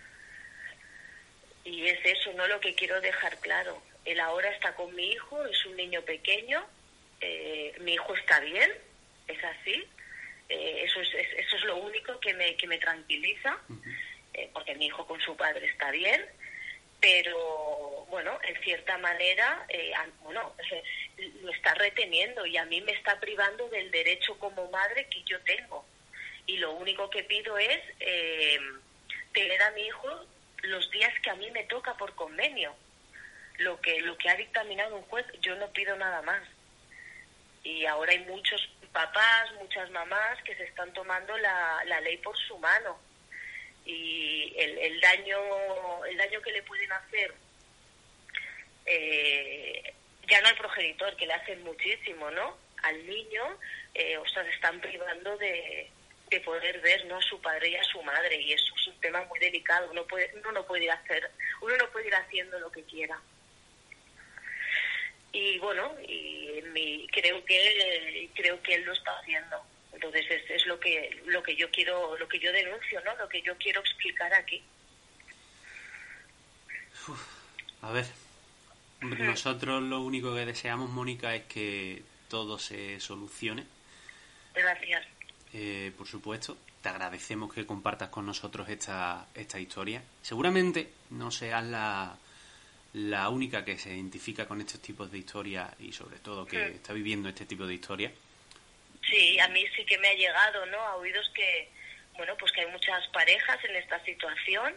Y es eso, ¿no?, lo que quiero dejar claro. Él ahora está con mi hijo, es un niño pequeño, eh, mi hijo está bien, es así. Eh, eso, es, es, eso es lo único que me, que me tranquiliza, eh, porque mi hijo con su padre está bien. Pero, bueno, en cierta manera, eh, bueno, lo está reteniendo, y a mí me está privando del derecho como madre que yo tengo. Y lo único que pido es eh, tener a mi hijo los días que a mí me toca por convenio. Lo que, lo que ha dictaminado un juez, yo no pido nada más. Y ahora hay muchos papás, muchas mamás que se están tomando la, la ley por su mano. y el, el daño el daño que le pueden hacer eh, ya no al progenitor, que le hacen muchísimo, ¿no? Al niño, eh, o sea, se están privando de, de poder ver, ¿no?, a su padre y a su madre, y eso es un tema muy delicado. Uno puede, uno no puede ir a hacer, uno no puede ir haciendo lo que quiera. Y bueno, y en mi, creo que creo que él lo está haciendo. Entonces es, es lo que lo que yo quiero, lo que yo denuncio, ¿no? Lo que yo quiero explicar aquí. Uf, a ver, nosotros lo único que deseamos, Mónica, es que todo se solucione. Gracias. Eh, por supuesto, te agradecemos que compartas con nosotros esta esta historia. Seguramente no seas la la única que se identifica con estos tipos de historias y sobre todo que sí. está viviendo este tipo de historias. Sí, a mí sí que me ha llegado, ¿no?, a oídos que, bueno, pues que hay muchas parejas en esta situación,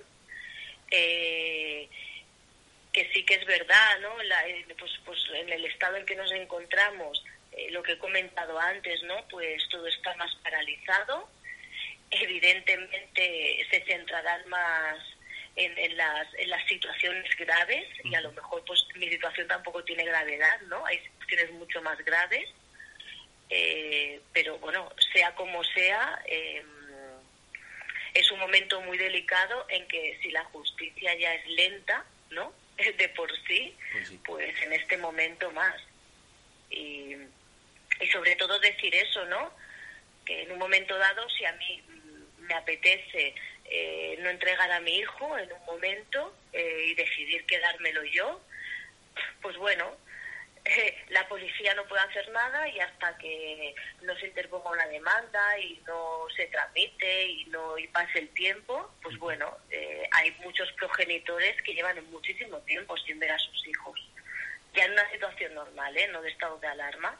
eh, que sí que es verdad, ¿no?, la, pues, pues en el estado en que nos encontramos, eh, lo que he comentado antes, ¿no?, pues todo está más paralizado, evidentemente se centrarán más en, en, las, en las situaciones graves, y a lo mejor pues mi situación tampoco tiene gravedad, ¿no?, hay situaciones mucho más graves. Eh, pero bueno, sea como sea, eh, es un momento muy delicado en que si la justicia ya es lenta, ¿no?, de por sí, pues, sí. pues en este momento más. Y, y sobre todo decir eso, ¿no?, que en un momento dado, si a mí me apetece eh, no entregar a mi hijo en un momento eh, y decidir quedármelo yo, pues bueno, Eh, la policía no puede hacer nada, y hasta que no se interponga una demanda y no se tramite y no y pase el tiempo, pues bueno, eh, hay muchos progenitores que llevan muchísimo tiempo sin ver a sus hijos, ya en una situación normal, ¿eh?, no de estado de alarma.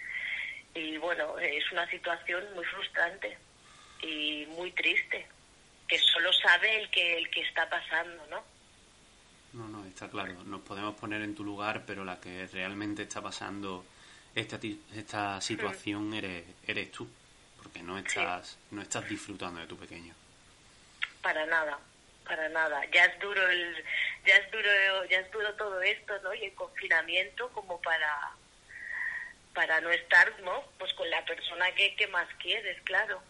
Y bueno, eh, es una situación muy frustrante y muy triste, que solo sabe el que el que está pasando, ¿no? No, no, está claro. Nos podemos poner en tu lugar, pero la que realmente está pasando esta esta situación eres eres tú, porque no estás sí. no estás disfrutando de tu pequeño. Para nada, para nada. Ya es duro el ya es duro ya es duro todo esto, ¿no? Y el confinamiento como para para no estar, ¿no?, pues con la persona que que más quieres, claro.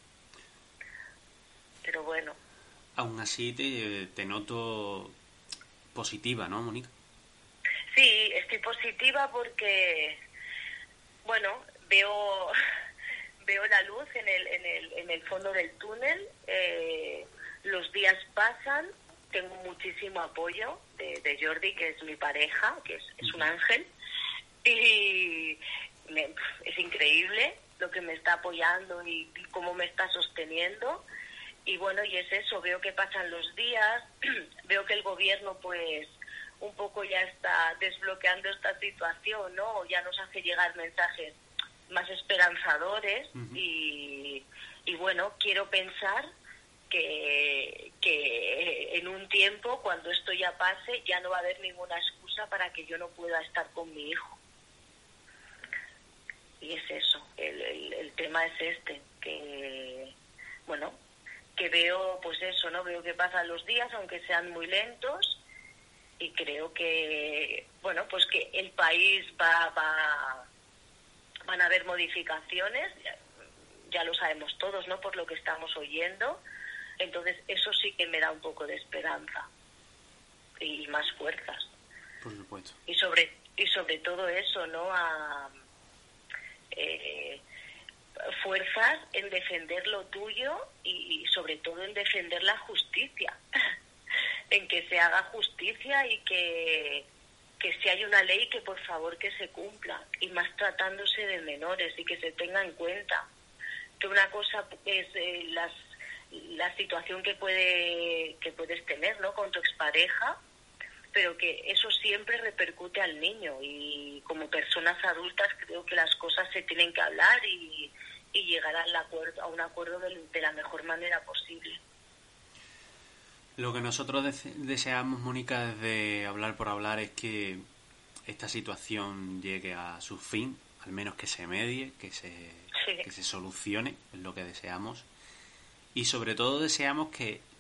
Pero bueno. Aún así te te noto positiva, ¿no, Mónica? Sí, estoy positiva porque, bueno, veo veo la luz en el en el en el fondo del túnel. Eh, los días pasan, tengo muchísimo apoyo de, de Jordi, que es mi pareja, que es, es un ángel, y me, es increíble lo que me está apoyando y, y cómo me está sosteniendo. Y bueno, y es eso, veo que pasan los días, veo que el gobierno pues un poco ya está desbloqueando esta situación, ¿no? Ya nos hace llegar mensajes más esperanzadores. Uh-huh. y, y bueno, quiero pensar que, que en un tiempo, cuando esto ya pase, ya no va a haber ninguna excusa para que yo no pueda estar con mi hijo. Y es eso, el, el, el tema es este, que, bueno, que veo, pues eso, ¿no? Veo que pasan los días, aunque sean muy lentos, y creo que, bueno, pues que el país va, va, van a haber modificaciones, ya, ya lo sabemos todos, ¿no?, por lo que estamos oyendo. Entonces eso sí que me da un poco de esperanza y más fuerzas. Por supuesto. Y sobre, y sobre todo eso, ¿no?, a... Eh, fuerzas en defender lo tuyo y, y sobre todo en defender la justicia, en que se haga justicia y que, que si hay una ley, que por favor que se cumpla, y más tratándose de menores, y que se tenga en cuenta que una cosa es eh, las, la situación que puede que puedes tener, ¿no?, con tu expareja, pero que eso siempre repercute al niño, y como personas adultas creo que las cosas se tienen que hablar y, y llegar al acuerdo, a un acuerdo de, de la mejor manera posible. Lo que nosotros dese- deseamos, Mónica, desde Hablar por Hablar, es que esta situación llegue a su fin, al menos que se medie, que se, sí. que se solucione, es lo que deseamos. Y sobre todo deseamos que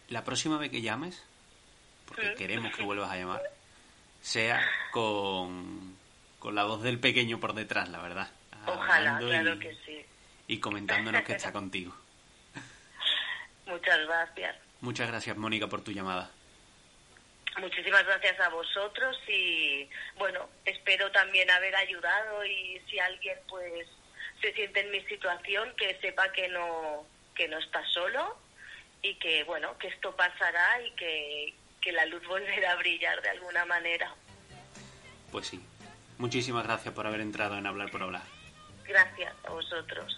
la próxima vez que llames, porque queremos que vuelvas a llamar, sea con, con la voz del pequeño por detrás, la verdad. Ojalá, Hablando claro y, que sí. Y comentándonos que está contigo. Muchas gracias. Muchas gracias, Mónica, por tu llamada. Muchísimas gracias a vosotros y, bueno, espero también haber ayudado y si alguien, pues, se siente en mi situación, que sepa que no, que no está solo y que, bueno, que esto pasará y que, que la luz volverá a brillar de alguna manera. Pues sí. Muchísimas gracias por haber entrado en Hablar por Hablar. Gracias a vosotros.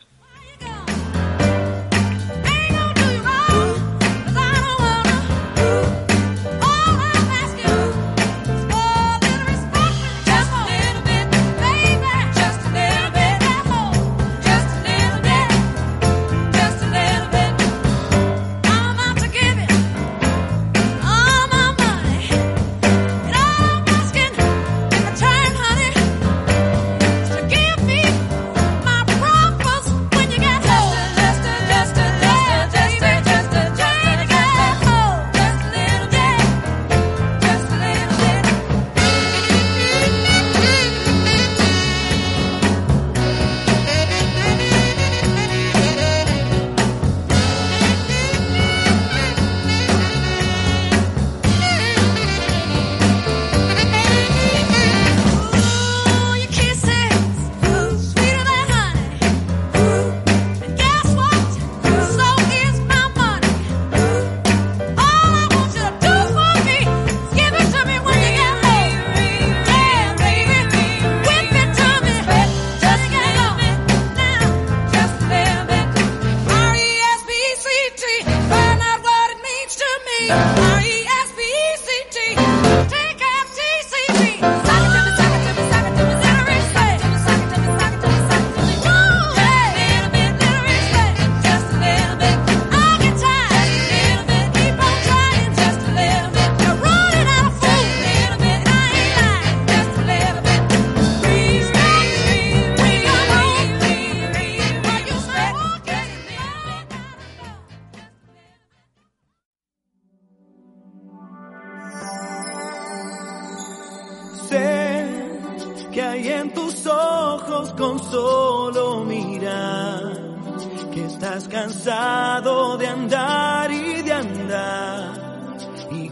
Con solo mirar que estás cansado de andar y de andar y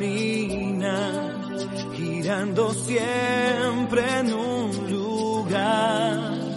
camina girando siempre en un lugar.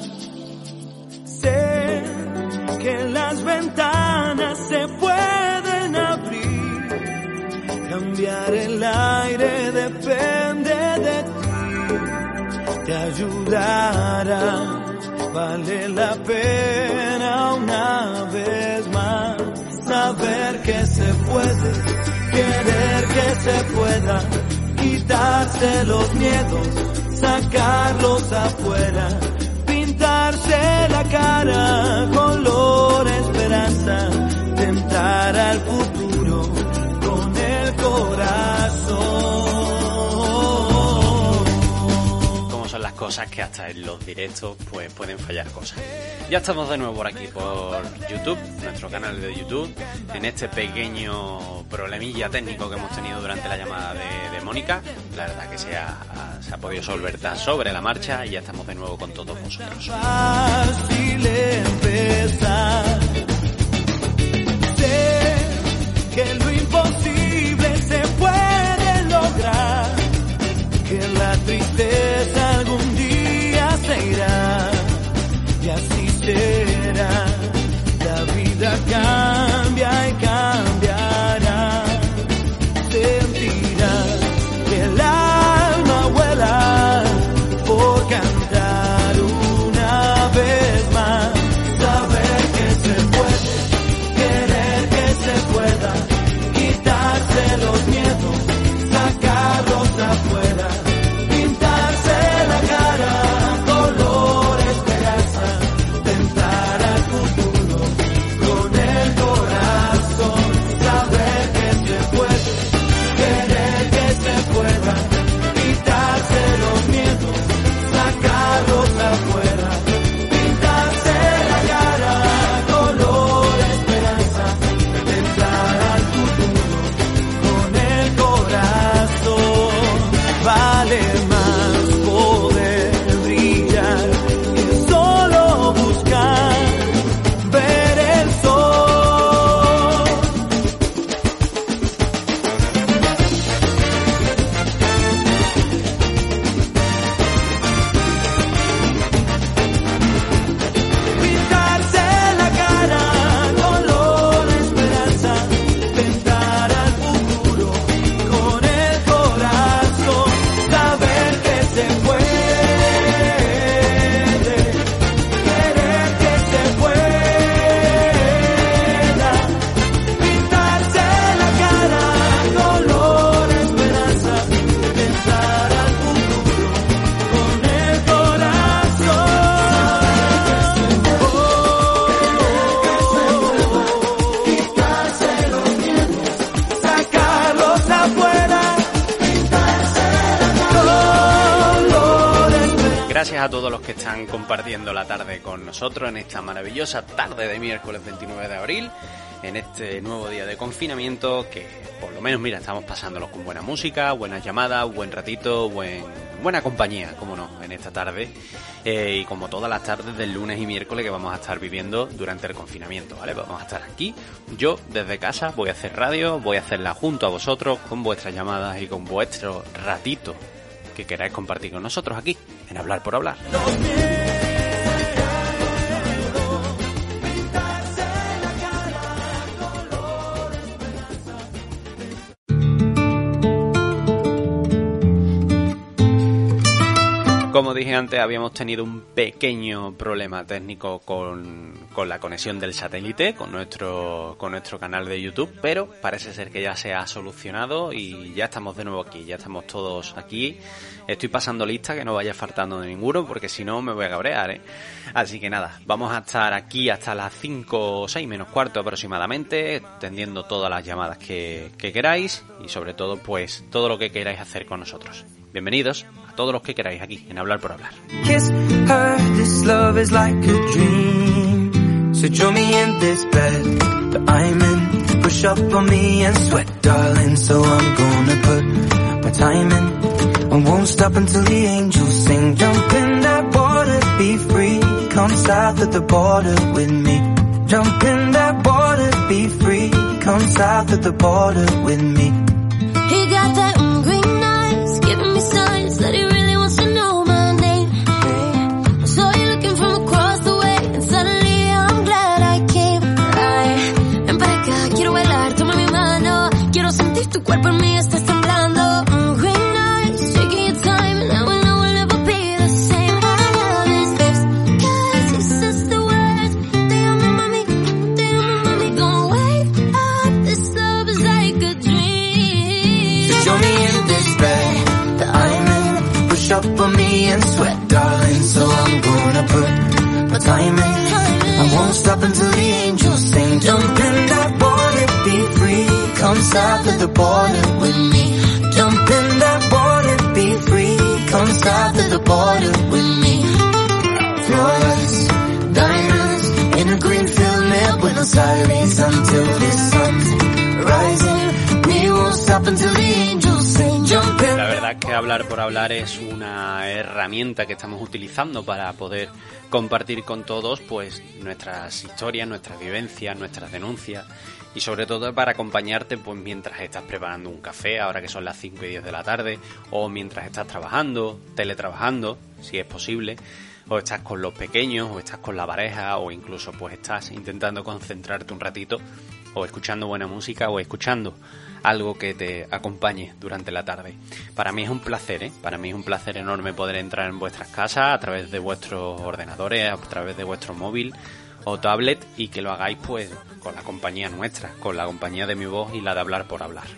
Sé que las ventanas se pueden abrir, cambiar el aire depende de ti. Te ayudará, vale la pena una vez más saber que se puede, querer que se pueda, quitarse los miedos, sacarlos afuera, pintarse la cara color esperanza, tentar al futuro con el corazón. Las cosas que hasta en los directos pues pueden fallar cosas. Ya estamos de nuevo por aquí por YouTube, nuestro canal de YouTube, en este pequeño problemilla técnico que hemos tenido durante la llamada de, de Mónica. La verdad que se ha, se ha podido solventar sobre la marcha y ya estamos de nuevo con todos vosotros. Fácil empezar. Sé que lo imposible se puede lograr, que la tristeza algún día se irá y así será. La vida cambia y cambiará. Sentirás que el alma vuela por cantar una vez más, saber que se puede. Gracias a todos los que están compartiendo la tarde con nosotros en esta maravillosa tarde de miércoles veintinueve de abril, en este nuevo día de confinamiento que, por lo menos, mira, estamos pasándolo con buena música, buenas llamadas, buen ratito, buen, buena compañía, como no, en esta tarde, eh, y como todas las tardes del lunes y miércoles que vamos a estar viviendo durante el confinamiento, ¿vale? Vamos a estar aquí, yo desde casa voy a hacer radio, voy a hacerla junto a vosotros, con vuestras llamadas y con vuestro ratito que queráis compartir con nosotros aquí, en Hablar por Hablar. Como dije antes, habíamos tenido un pequeño problema técnico con, con la conexión del satélite, con nuestro, con nuestro canal de YouTube, pero parece ser que ya se ha solucionado y ya estamos de nuevo aquí, ya estamos todos aquí. Estoy pasando lista, que no vaya faltando de ninguno, porque si no me voy a cabrear, ¿eh? Así que nada, vamos a estar aquí hasta las cinco o seis menos cuarto aproximadamente, atendiendo todas las llamadas que, que queráis y sobre todo, pues, todo lo que queráis hacer con nosotros. Bienvenidos a todos los que queráis aquí en Hablar por Hablar. Kiss her, this love is like a dream. So join me in this bed that I'm in. Push up on me and sweat, darling. So I'm gonna put my time in. I won't stop until the angels sing. Jump in that water, be free. Come south of the border with me. Jump in that water, be free. Come south of the border with me. He got that mm, green eyes, giving me signs that he really wants to know my name. I saw you looking from across the way, and suddenly I'm glad I came. Ay, ven para acá, quiero bailar, toma mi mano. Quiero sentir tu cuerpo en mí, estás temblando. Mm, green eyes, taking your time, and I will know we'll never be the same. I love his lips, cause he says the words. Te amo, mami, te amo, mami. Don't wake up, this love is like a dream. Join me in this bed that I'm in. Push up on me and sweat, darling. So I'm gonna put my time in. I won't stop until the angels sing. Jump in that water, be free. Come south of the border with me. Jump in that water, be free. Come south of the border with me. Flawless diamonds in a green field near Buenos Aires until the sun's rising. We won't stop until the angels sing. Jump in. La verdad es que Hablar por Hablar es una herramienta que estamos utilizando para poder compartir con todos, pues, nuestras historias, nuestras vivencias, nuestras denuncias y sobre todo para acompañarte, pues, mientras estás preparando un café, ahora que son las cinco y diez de la tarde, o mientras estás trabajando, teletrabajando, si es posible, o estás con los pequeños, o estás con la pareja, o incluso, pues, estás intentando concentrarte un ratito, o escuchando buena música, o escuchando algo que te acompañe durante la tarde. Para mí es un placer, ¿eh? Para mí es un placer enorme poder entrar en vuestras casas a través de vuestros ordenadores, a través de vuestro móvil o tablet, y que lo hagáis, pues, con la compañía nuestra, con la compañía de mi voz y la de Hablar por Hablar.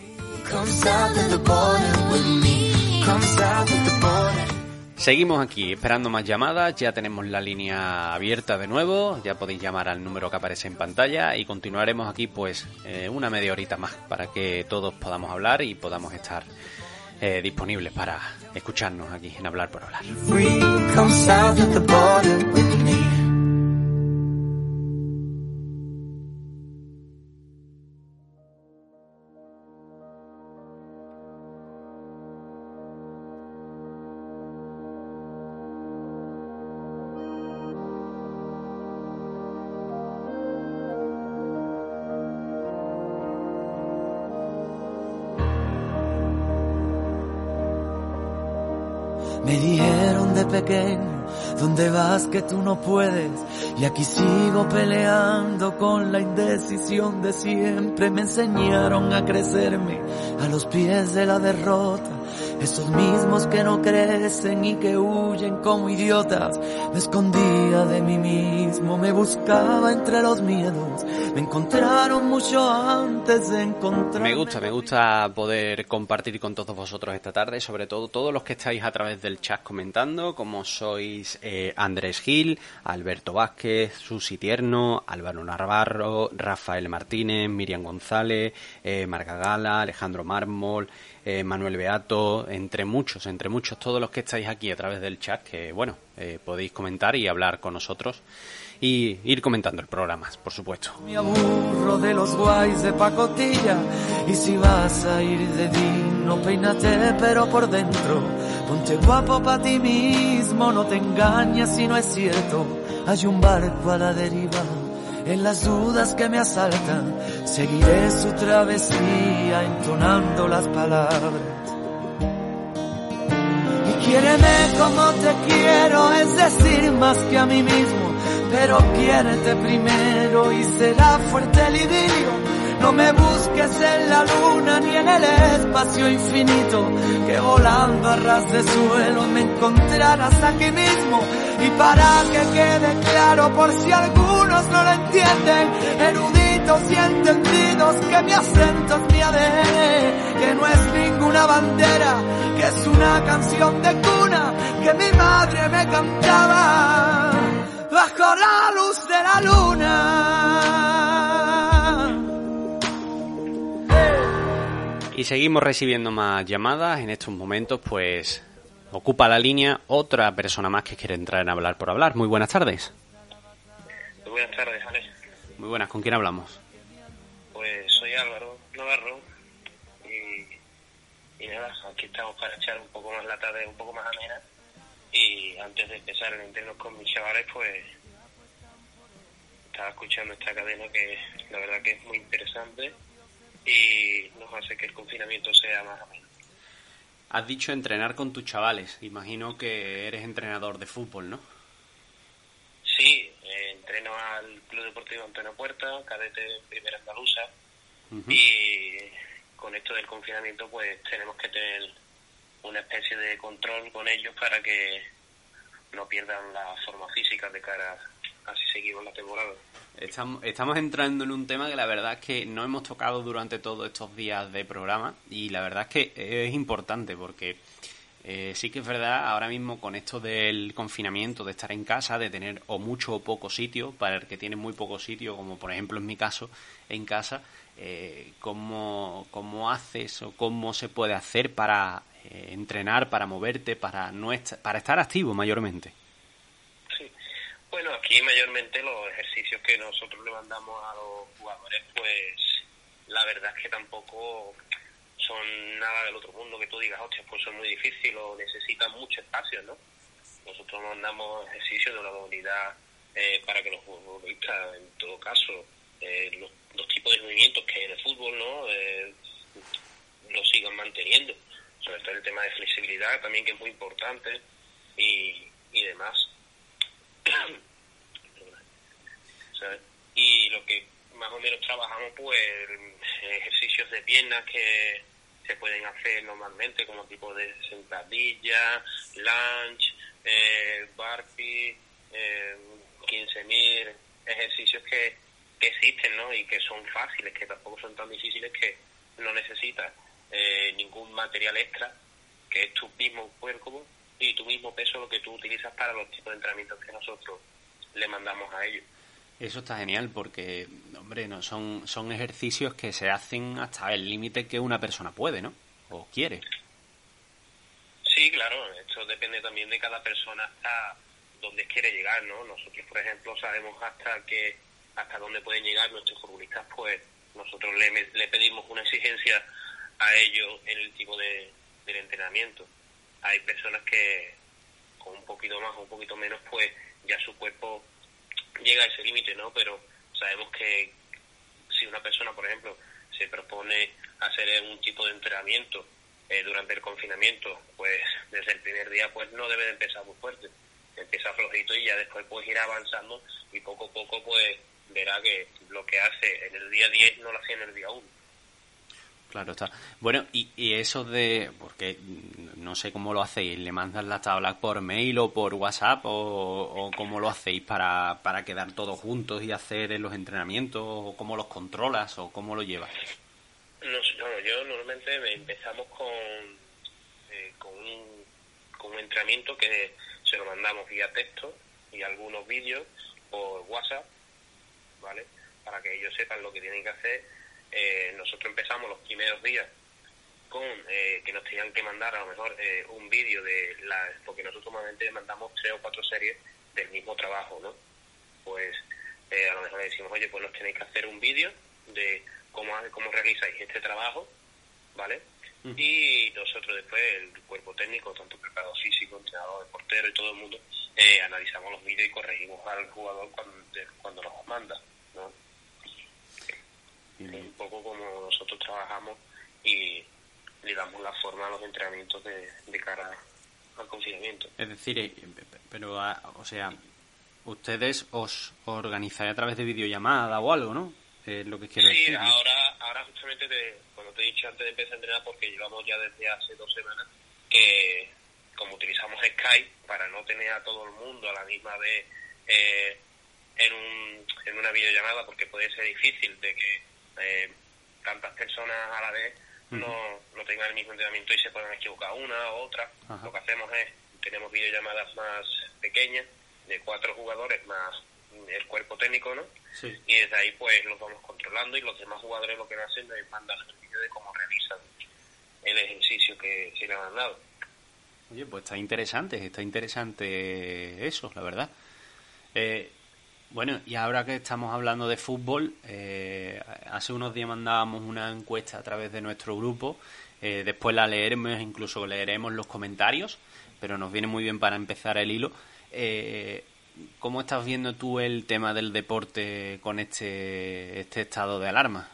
Seguimos aquí esperando más llamadas, ya tenemos la línea abierta de nuevo, ya podéis llamar al número que aparece en pantalla y continuaremos aquí, pues, eh, una media horita más para que todos podamos hablar y podamos estar eh, disponibles para escucharnos aquí en Hablar por Hablar. Me dijeron de pequeño, ¿dónde vas que tú no puedes? Y aquí sigo peleando con la indecisión de siempre. Me enseñaron a crecerme a los pies de la derrota. Esos mismos que no crecen y que huyen como idiotas. Me escondía de mí mismo, me buscaba entre los miedos. Me encontraron mucho antes de encontrar. Me gusta, me gusta poder compartir con todos vosotros esta tarde, sobre todo todos los que estáis a través del chat comentando, como sois eh, Andrés Gil, Alberto Vázquez, Susi Tierno, Álvaro Navarro, Rafael Martínez, Miriam González, eh, Marga Gala, Alejandro Mármol, eh, Manuel Beato, entre muchos, entre muchos, todos los que estáis aquí a través del chat, que bueno, eh, podéis comentar y hablar con nosotros y ir comentando el programa, por supuesto. Me aburro de los guays de pacotilla, y si vas a ir de digno, peínate pero por dentro, ponte guapo pa' ti mismo, no te engañes si no es cierto, hay un barco a la deriva, en las dudas que me asaltan, seguiré su travesía entonando las palabras. Y quiéreme como te quiero, es decir, más que a mí mismo, pero quiérete primero y será fuerte el idilio. No me busques en la luna ni en el espacio infinito, que volando a ras de suelo me encontrarás aquí mismo. Y para que quede claro, por si algunos no lo entienden, eruditos y entendidos, que mi acento es mi A D N, que no es ninguna bandera, que es una canción de cuna que mi madre me cantaba bajo la luz de la luna. Y seguimos recibiendo más llamadas. En estos momentos, pues, ocupa la línea otra persona más que quiere entrar en Hablar por Hablar. Muy buenas tardes. Muy buenas tardes, Alex. Muy buenas, ¿con quién hablamos? Pues soy Álvaro Navarro y, y nada, aquí estamos para echar un poco más la tarde, un poco más amena. Y antes de empezar el entreno con mis chavales, pues estaba escuchando esta cadena que la verdad que es muy interesante y nos hace que el confinamiento sea más ameno. Has dicho entrenar con tus chavales. Imagino que eres entrenador de fútbol, ¿no? Sí, eh, entreno al Club Deportivo Antonio Puerta, cadete Primera Andaluza, uh-huh. Y con esto del confinamiento pues tenemos que tener una especie de control con ellos para que no pierdan la forma física de cara a si seguimos la temporada. Estamos, estamos entrando en un tema que la verdad es que no hemos tocado durante todos estos días de programa y la verdad es que es importante porque eh, sí que es verdad ahora mismo con esto del confinamiento, de estar en casa, de tener o mucho o poco sitio, para el que tiene muy poco sitio, como por ejemplo en mi caso, en casa, eh, ¿cómo, cómo haces o cómo se puede hacer para eh, entrenar, para moverte, para, no est- para estar activo mayormente? Bueno, aquí mayormente los ejercicios que nosotros le mandamos a los jugadores, pues la verdad es que tampoco son nada del otro mundo que tú digas, hostia, pues son muy difíciles o necesitan mucho espacio, ¿no? Nosotros mandamos ejercicios de una movilidad eh, para que los futbolistas, en todo caso, eh, los, los tipos de movimientos que hay en el fútbol, ¿no? Eh, los sigan manteniendo. Sobre todo el tema de flexibilidad también, que es muy importante, y, y demás. ¿Sabes? Y lo que más o menos trabajamos, pues ejercicios de piernas que se pueden hacer normalmente, como tipo de sentadilla, lunge, eh, burpee, eh, quince mil, ejercicios que, que existen, ¿no? Y que son fáciles, que tampoco son tan difíciles, que no necesitas eh, ningún material extra, que es tu mismo cuerpo y tu mismo peso, lo que tú utilizas para los tipos de entrenamientos que nosotros le mandamos a ellos. Eso está genial porque, hombre, no son son ejercicios que se hacen hasta el límite que una persona puede, ¿no? O quiere. Sí, claro, esto depende también de cada persona hasta dónde quiere llegar, ¿no? Nosotros, por ejemplo, sabemos hasta que hasta dónde pueden llegar nuestros futbolistas, pues nosotros le, le pedimos una exigencia a ellos en el tipo de del entrenamiento. Hay personas que con un poquito más o un poquito menos, pues ya su cuerpo llega a ese límite, ¿no? Pero sabemos que si una persona, por ejemplo, se propone hacer un tipo de entrenamiento eh, durante el confinamiento, pues desde el primer día pues no debe de empezar muy fuerte, empieza flojito y ya después pues irá avanzando y poco a poco pues verá que lo que hace en el día diez no lo hacía en el día uno. Claro está. Bueno, y, y eso de... porque no sé cómo lo hacéis, ¿le mandas las tablas por mail o por WhatsApp o, o cómo lo hacéis para, para quedar todos juntos y hacer los entrenamientos, o cómo los controlas o cómo lo llevas? No, no, yo normalmente empezamos con, eh, con, un, con un entrenamiento que se lo mandamos vía texto y algunos vídeos por WhatsApp, ¿vale? Para que ellos sepan lo que tienen que hacer. Eh, nosotros empezamos los primeros días con eh, que nos tenían que mandar a lo mejor eh, un vídeo de la, porque nosotros normalmente mandamos tres o cuatro series del mismo trabajo, ¿no? Pues eh, a lo mejor le decimos, oye, pues nos tenéis que hacer un vídeo de cómo, cómo realizáis este trabajo, ¿vale? Uh-huh. Y nosotros después, el cuerpo técnico, tanto preparador físico, entrenador, portero y todo el mundo, eh, analizamos los vídeos y corregimos al jugador cuando, cuando nos manda, ¿no? Uh-huh. Es un poco como nosotros trabajamos y le damos la forma a los entrenamientos de, de cara al confinamiento. Es decir, pero, o sea, ustedes os organizáis a través de videollamada o algo, ¿no? Es lo que quiero sí, decir. Sí, ahora, ahora justamente, te, cuando te he dicho antes de empezar a entrenar, porque llevamos ya desde hace dos semanas, que como utilizamos Skype para no tener a todo el mundo a la misma vez eh, en, un, en una videollamada, porque puede ser difícil de que eh, tantas personas a la vez no, no tengan el mismo entrenamiento y se puedan equivocar una o otra. Ajá. Lo que hacemos es, tenemos videollamadas más pequeñas, de cuatro jugadores más el cuerpo técnico, ¿no? Sí. Y desde ahí pues los vamos controlando y los demás jugadores lo que hacen es mandar el vídeo de cómo realizan el ejercicio que se le han dado. Oye, pues está interesante, está interesante eso, la verdad. Eh, bueno, y ahora que estamos hablando de fútbol, eh, hace unos días mandábamos una encuesta a través de nuestro grupo, eh, después la leeremos, incluso leeremos los comentarios, pero nos viene muy bien para empezar el hilo. Eh, ¿Cómo estás viendo tú el tema del deporte con este este estado de alarma?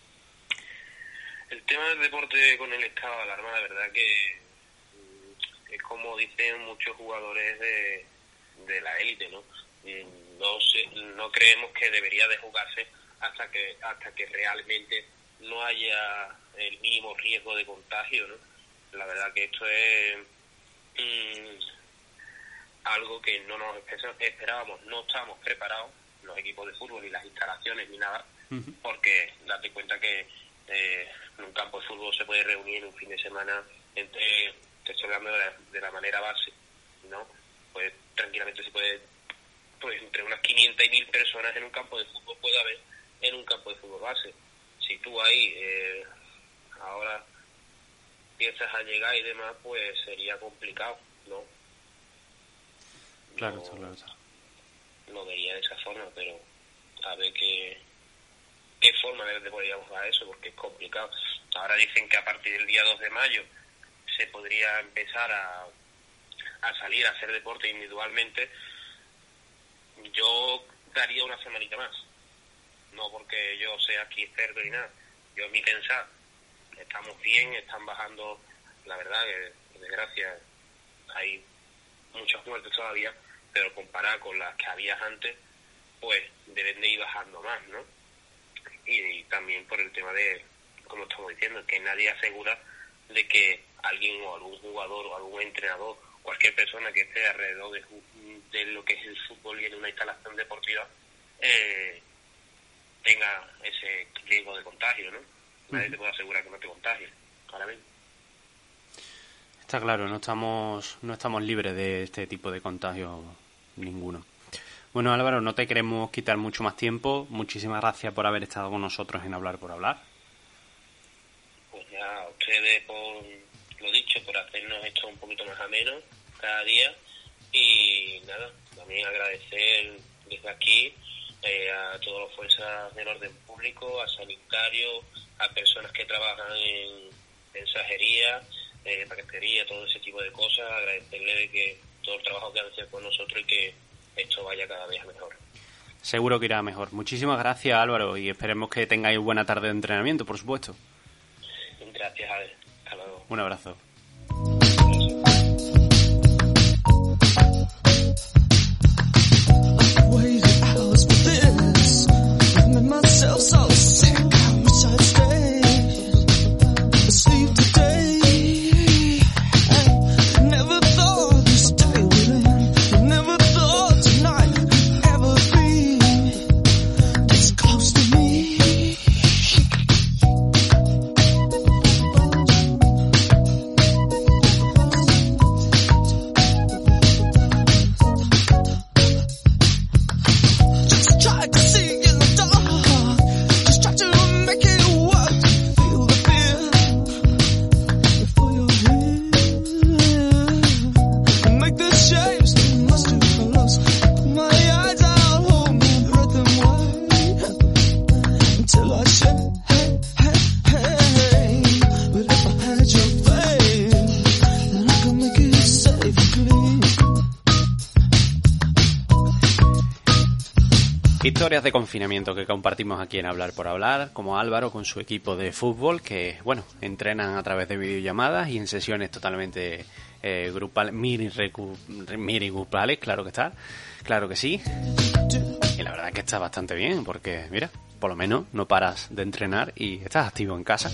El tema del deporte con el estado de alarma, la verdad que es como dicen muchos jugadores de, de la élite, ¿no? No sé, no creemos que debería de jugarse hasta que hasta que realmente no haya el mínimo riesgo de contagio, ¿no? La verdad que esto es mmm, algo que no nos esperábamos, no estábamos preparados, los equipos de fútbol y las instalaciones ni nada, uh-huh. porque date cuenta que eh, en un campo de fútbol se puede reunir en un fin de semana entre, te estoy hablando de la, de la manera base, ¿no? Pues tranquilamente se puede, pues entre unas quinientas y mil personas en un campo de fútbol puede haber en un campo de fútbol base. Si tú ahí eh, ahora empiezas a llegar y demás, pues sería complicado, ¿no? Claro, no, está claro. Lo vería de esa forma, pero a ver qué, qué forma de, de podríamos dar eso, porque es complicado. Ahora dicen que a partir del día dos de mayo se podría empezar a, a salir a hacer deporte individualmente. Yo daría una semanita más, no porque yo sea aquí experto ni nada. Yo en mi pensar, estamos bien, están bajando, la verdad que por desgracia hay muchas muertes todavía, pero comparado con las que había antes, pues deben de ir bajando más, ¿no? Y, y también por el tema de, como estamos diciendo, que nadie asegura de que alguien o algún jugador o algún entrenador, cualquier persona que esté alrededor de, de lo que es el fútbol y en una instalación deportiva, eh, tenga ese riesgo de contagio, ¿no? Nadie uh-huh. te puede asegurar que no te contagie, ahora mismo. Está claro, no estamos no estamos libres de este tipo de contagios ninguno. Bueno, Álvaro, no te queremos quitar mucho más tiempo. Muchísimas gracias por haber estado con nosotros en Hablar por Hablar. Pues ya, a ustedes por lo dicho, por hacernos esto un poquito más ameno cada día. Y nada, también agradecer desde aquí eh, a todas las fuerzas del orden público, a sanitarios, a personas que trabajan en mensajería, eh, paquetería, todo ese tipo de cosas, agradecerle de que todo el trabajo que hacen con nosotros y que esto vaya cada vez mejor. Seguro que irá mejor. Muchísimas gracias, Álvaro, y esperemos que tengáis buena tarde de entrenamiento, por supuesto. Gracias, Alex. Hasta luego. Un abrazo. Historias de confinamiento que compartimos aquí en Hablar por Hablar, como Álvaro con su equipo de fútbol que, bueno, entrenan a través de videollamadas y en sesiones totalmente eh, grupales, mini, recu, mini grupales, claro que está, claro que sí. Y la verdad es que está bastante bien porque, mira, por lo menos no paras de entrenar y estás activo en casa.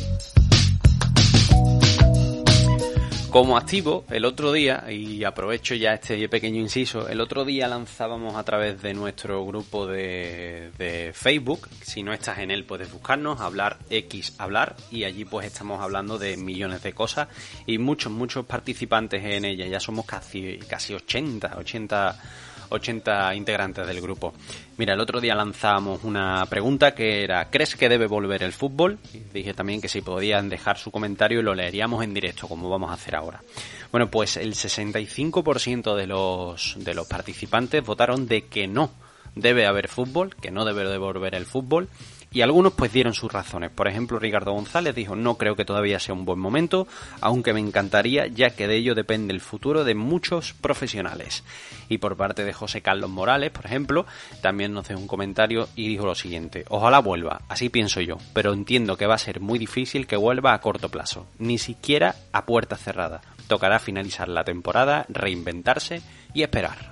Como activo, el otro día, y aprovecho ya este pequeño inciso, el otro día lanzábamos a través de nuestro grupo de, de Facebook, si no estás en él puedes buscarnos, Hablar X Hablar, y allí pues estamos hablando de millones de cosas y muchos, muchos participantes en ella, ya somos casi, casi ochenta, ochenta, ochenta integrantes del grupo. Mira, el otro día lanzábamos una pregunta que era: ¿crees que debe volver el fútbol? Y dije también que si podían dejar su comentario y lo leeríamos en directo, como vamos a hacer ahora. Bueno, pues el sesenta y cinco por ciento de los, de los participantes votaron de que no debe haber fútbol, que no debe de volver el fútbol. Y algunos pues dieron sus razones. Por ejemplo, Ricardo González dijo: no creo que todavía sea un buen momento, aunque me encantaría, ya que de ello depende el futuro de muchos profesionales. Y por parte de José Carlos Morales, por ejemplo, también nos dejó un comentario y dijo lo siguiente: ojalá vuelva, así pienso yo, pero entiendo que va a ser muy difícil que vuelva a corto plazo, ni siquiera a puerta cerrada. Tocará finalizar la temporada, reinventarse y esperar.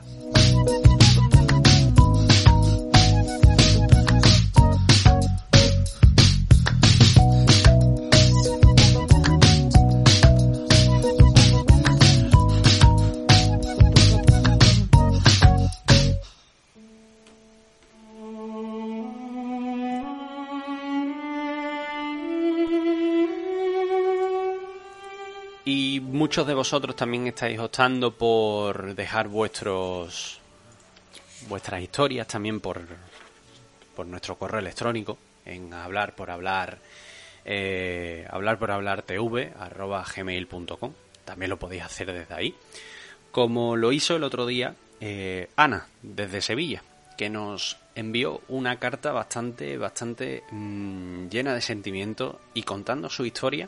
Y muchos de vosotros también estáis optando por dejar vuestros vuestras historias también por por nuestro correo electrónico en hablar por hablar eh, hablar por hablar tv arroba gmail punto com. También lo podéis hacer desde ahí, como lo hizo el otro día eh, Ana desde Sevilla, que nos envió una carta bastante bastante mmm, llena de sentimientos y contando su historia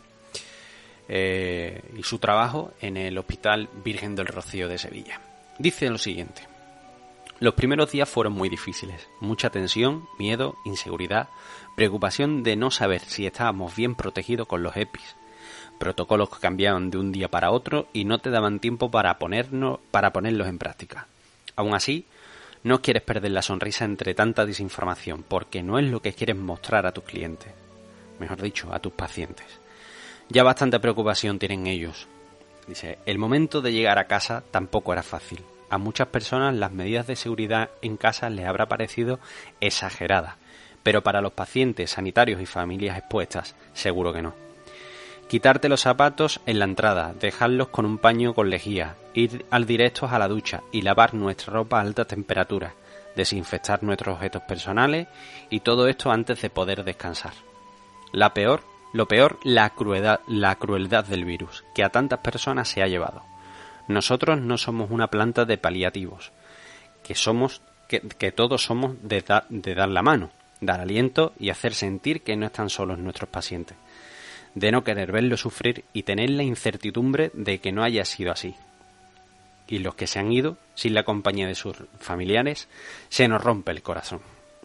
Eh, y su trabajo en el Hospital Virgen del Rocío de Sevilla. Dice lo siguiente: los primeros días fueron muy difíciles, mucha tensión, miedo, inseguridad, preocupación de no saber si estábamos bien protegidos con los E P I s, protocolos que cambiaban de un día para otro y no te daban tiempo para, ponernos, para ponerlos en práctica. Aún así, no quieres perder la sonrisa entre tanta desinformación, porque no es lo que quieres mostrar a tus clientes, mejor dicho, a tus pacientes. Ya bastante preocupación tienen ellos. Dice: el momento de llegar a casa tampoco era fácil. A muchas personas las medidas de seguridad en casa les habrá parecido exageradas, pero para los pacientes, sanitarios y familias expuestas, seguro que no. Quitarte los zapatos en la entrada, dejarlos con un paño con lejía, ir al directos a la ducha y lavar nuestra ropa a altas temperaturas, desinfectar nuestros objetos personales y todo esto antes de poder descansar. La peor Lo peor, la crueldad, la crueldad del virus, que a tantas personas se ha llevado. Nosotros no somos una planta de paliativos, que somos, que, que todos somos de, da, de dar la mano, dar aliento y hacer sentir que no están solos nuestros pacientes, de no querer verlos sufrir y tener la incertidumbre de que no haya sido así. Y los que se han ido, sin la compañía de sus familiares, se nos rompe el corazón.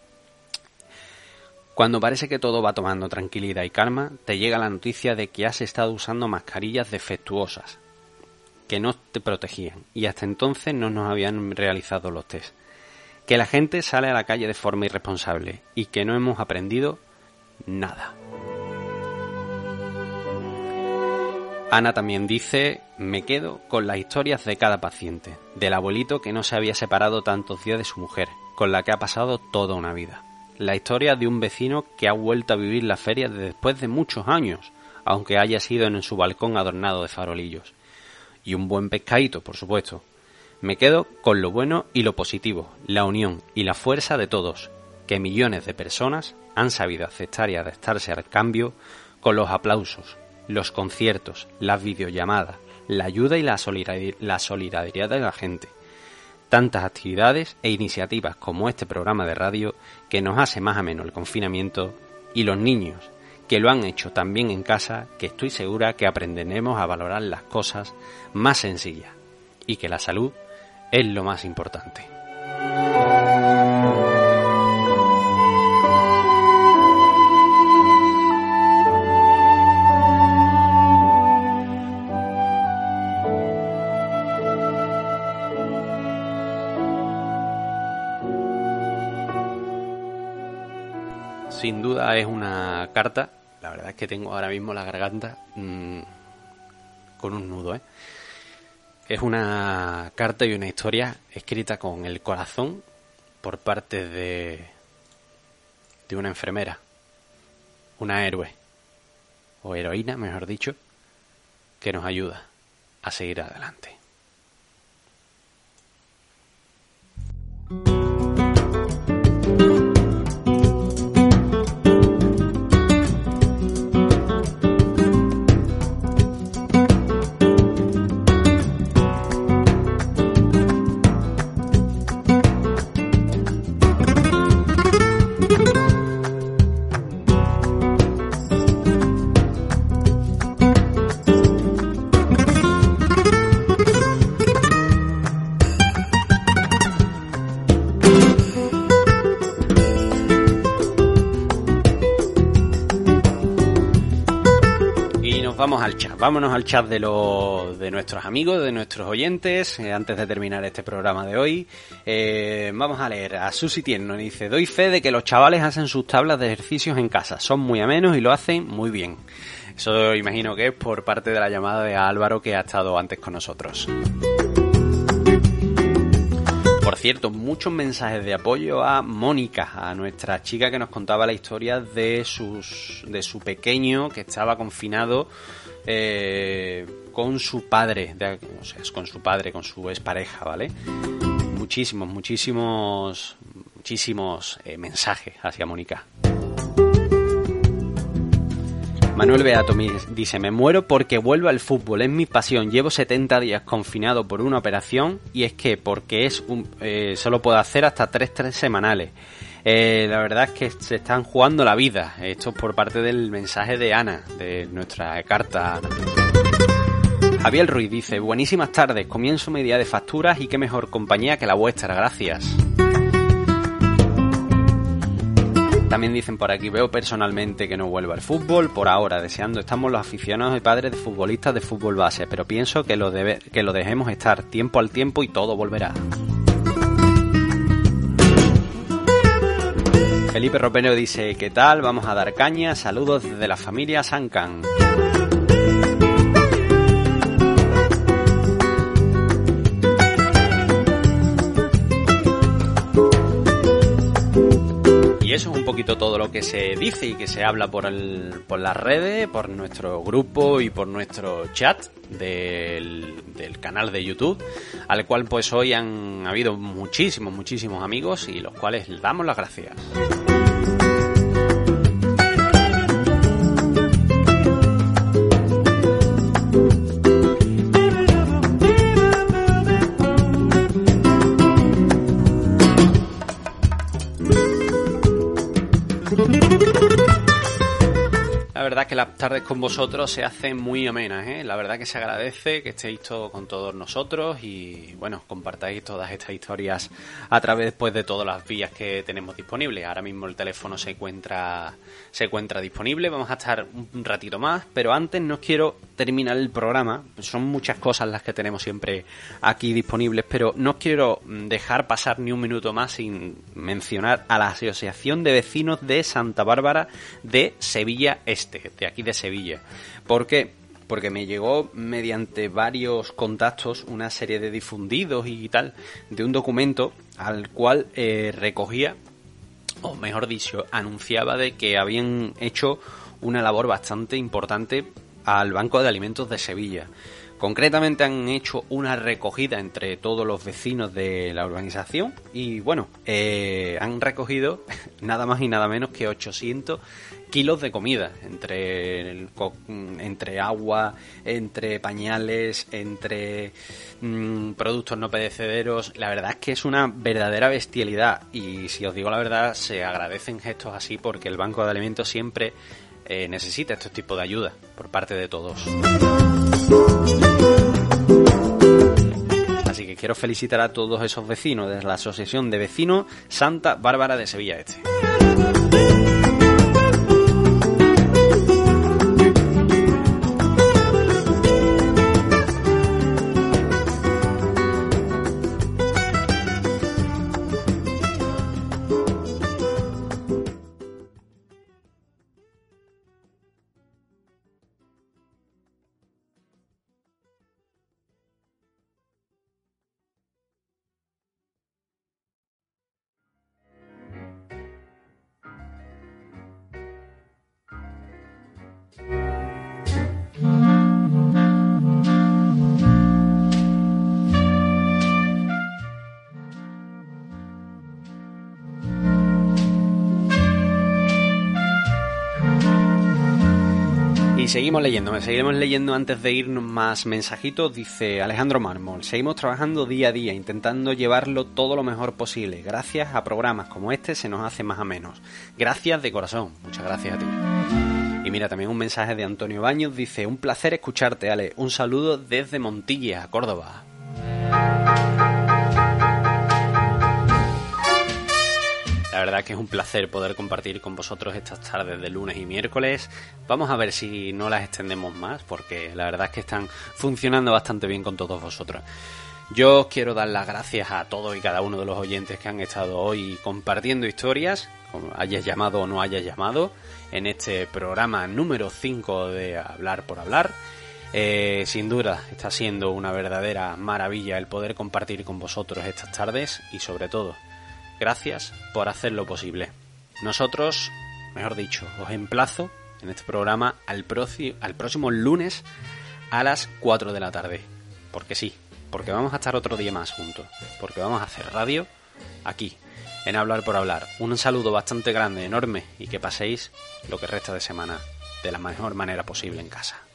Cuando parece que todo va tomando tranquilidad y calma, te llega la noticia de que has estado usando mascarillas defectuosas, que no te protegían, y hasta entonces no nos habían realizado los test. Que la gente sale a la calle de forma irresponsable, y que no hemos aprendido nada. Ana también dice: me quedo con las historias de cada paciente, del abuelito que no se había separado tantos días de su mujer, con la que ha pasado toda una vida. La historia de un vecino que ha vuelto a vivir la feria después de muchos años, aunque haya sido en su balcón adornado de farolillos. Y un buen pescadito, por supuesto. Me quedo con lo bueno y lo positivo, la unión y la fuerza de todos, que millones de personas han sabido aceptar y adaptarse al cambio con los aplausos, los conciertos, las videollamadas, la ayuda y la solidaridad de la gente. Tantas actividades e iniciativas como este programa de radio que nos hace más ameno el confinamiento, y los niños que lo han hecho también en casa, que estoy segura que aprenderemos a valorar las cosas más sencillas y que la salud es lo más importante. sin duda es una carta. La verdad es que tengo ahora mismo la garganta mmm, con un nudo, ¿eh? Es una carta y una historia escrita con el corazón por parte de, de una enfermera, una héroe, o heroína, mejor dicho, que nos ayuda a seguir adelante. Vamos al chat, vámonos al chat de los de nuestros amigos, de nuestros oyentes, eh, antes de terminar este programa de hoy. Eh, vamos a leer a Susi Tierno, dice: doy fe de que los chavales hacen sus tablas de ejercicios en casa, son muy amenos y lo hacen muy bien. Eso imagino que es por parte de la llamada de Álvaro, que ha estado antes con nosotros. Por cierto, muchos mensajes de apoyo a Mónica, a nuestra chica que nos contaba la historia de sus de su pequeño que estaba confinado eh, con su padre, de, o sea, con su padre, con su expareja, ¿vale? Muchísimos, muchísimos, muchísimos eh, mensajes hacia Mónica. Manuel Beato dice: me muero porque vuelvo al fútbol, es mi pasión, llevo setenta días confinado por una operación y es que porque es un, eh, solo puedo hacer hasta tres tres semanales. Eh, la verdad es que se están jugando la vida. Esto es por parte del mensaje de Ana, de nuestra carta Ana. Javier Ruiz dice: buenísimas tardes, comienzo mi día de facturas y qué mejor compañía que la vuestra, gracias. También dicen por aquí: veo personalmente que no vuelva al fútbol, por ahora, deseando estamos los aficionados y padres de futbolistas de fútbol base, pero pienso que lo, debe, que lo dejemos estar, tiempo al tiempo y todo volverá. Felipe Ropero dice: ¿qué tal? Vamos a dar caña, saludos desde la familia Sancan. Y eso es un poquito todo lo que se dice y que se habla por el, por las redes, por nuestro grupo y por nuestro chat del, del canal de YouTube, al cual pues hoy han habido muchísimos, muchísimos amigos y los cuales les damos las gracias. La verdad que las tardes con vosotros se hacen muy amenas, ¿eh? La verdad que se agradece que estéis todo, con todos nosotros y, bueno, compartáis todas estas historias a través pues, de todas las vías que tenemos disponibles. Ahora mismo el teléfono se encuentra, se encuentra disponible, vamos a estar un ratito más, pero antes no quiero terminar el programa. Son muchas cosas las que tenemos siempre aquí disponibles, pero no quiero dejar pasar ni un minuto más sin mencionar a la Asociación de Vecinos de Santa Bárbara de Sevilla Este, de aquí de Sevilla. ¿Por qué? Porque me llegó mediante varios contactos una serie de difundidos y tal de un documento al cual eh, recogía, o mejor dicho, anunciaba de que habían hecho una labor bastante importante al Banco de Alimentos de Sevilla. Concretamente han hecho una recogida entre todos los vecinos de la urbanización y bueno, eh, han recogido nada más y nada menos que ochocientos kilos de comida, entre, entre agua, entre pañales, entre mmm, productos no perecederos. La verdad es que es una verdadera bestialidad y si os digo la verdad se agradecen gestos así porque el Banco de Alimentos siempre eh, necesita este tipo de ayuda por parte de todos. Así que quiero felicitar a todos esos vecinos de la Asociación de Vecinos Santa Bárbara de Sevilla Este. seguimos leyendo, seguimos leyendo antes de irnos más mensajitos. Dice Alejandro Mármol: seguimos trabajando día a día, intentando llevarlo todo lo mejor posible. Gracias a programas como este se nos hace más a menos. Gracias de corazón, muchas gracias a ti. Y mira, también un mensaje de Antonio Baños, dice: un placer escucharte, Ale, un saludo desde Montilla, Córdoba. La verdad que es un placer poder compartir con vosotros estas tardes de lunes y miércoles. Vamos a ver si no las extendemos más, porque la verdad es que están funcionando bastante bien con todos vosotros. Yo os quiero dar las gracias a todos y cada uno de los oyentes que han estado hoy compartiendo historias, como hayas llamado o no hayas llamado, en este programa número cinco de Hablar por Hablar. Eh, sin duda está siendo una verdadera maravilla el poder compartir con vosotros estas tardes y sobre todo, gracias por hacerlo posible. Nosotros, mejor dicho, os emplazo en este programa al, proci- al próximo lunes a las cuatro de la tarde. Porque sí, porque vamos a estar otro día más juntos. Porque vamos a hacer radio aquí, en Hablar por Hablar. Un saludo bastante grande, enorme, y que paséis lo que resta de semana de la mejor manera posible en casa.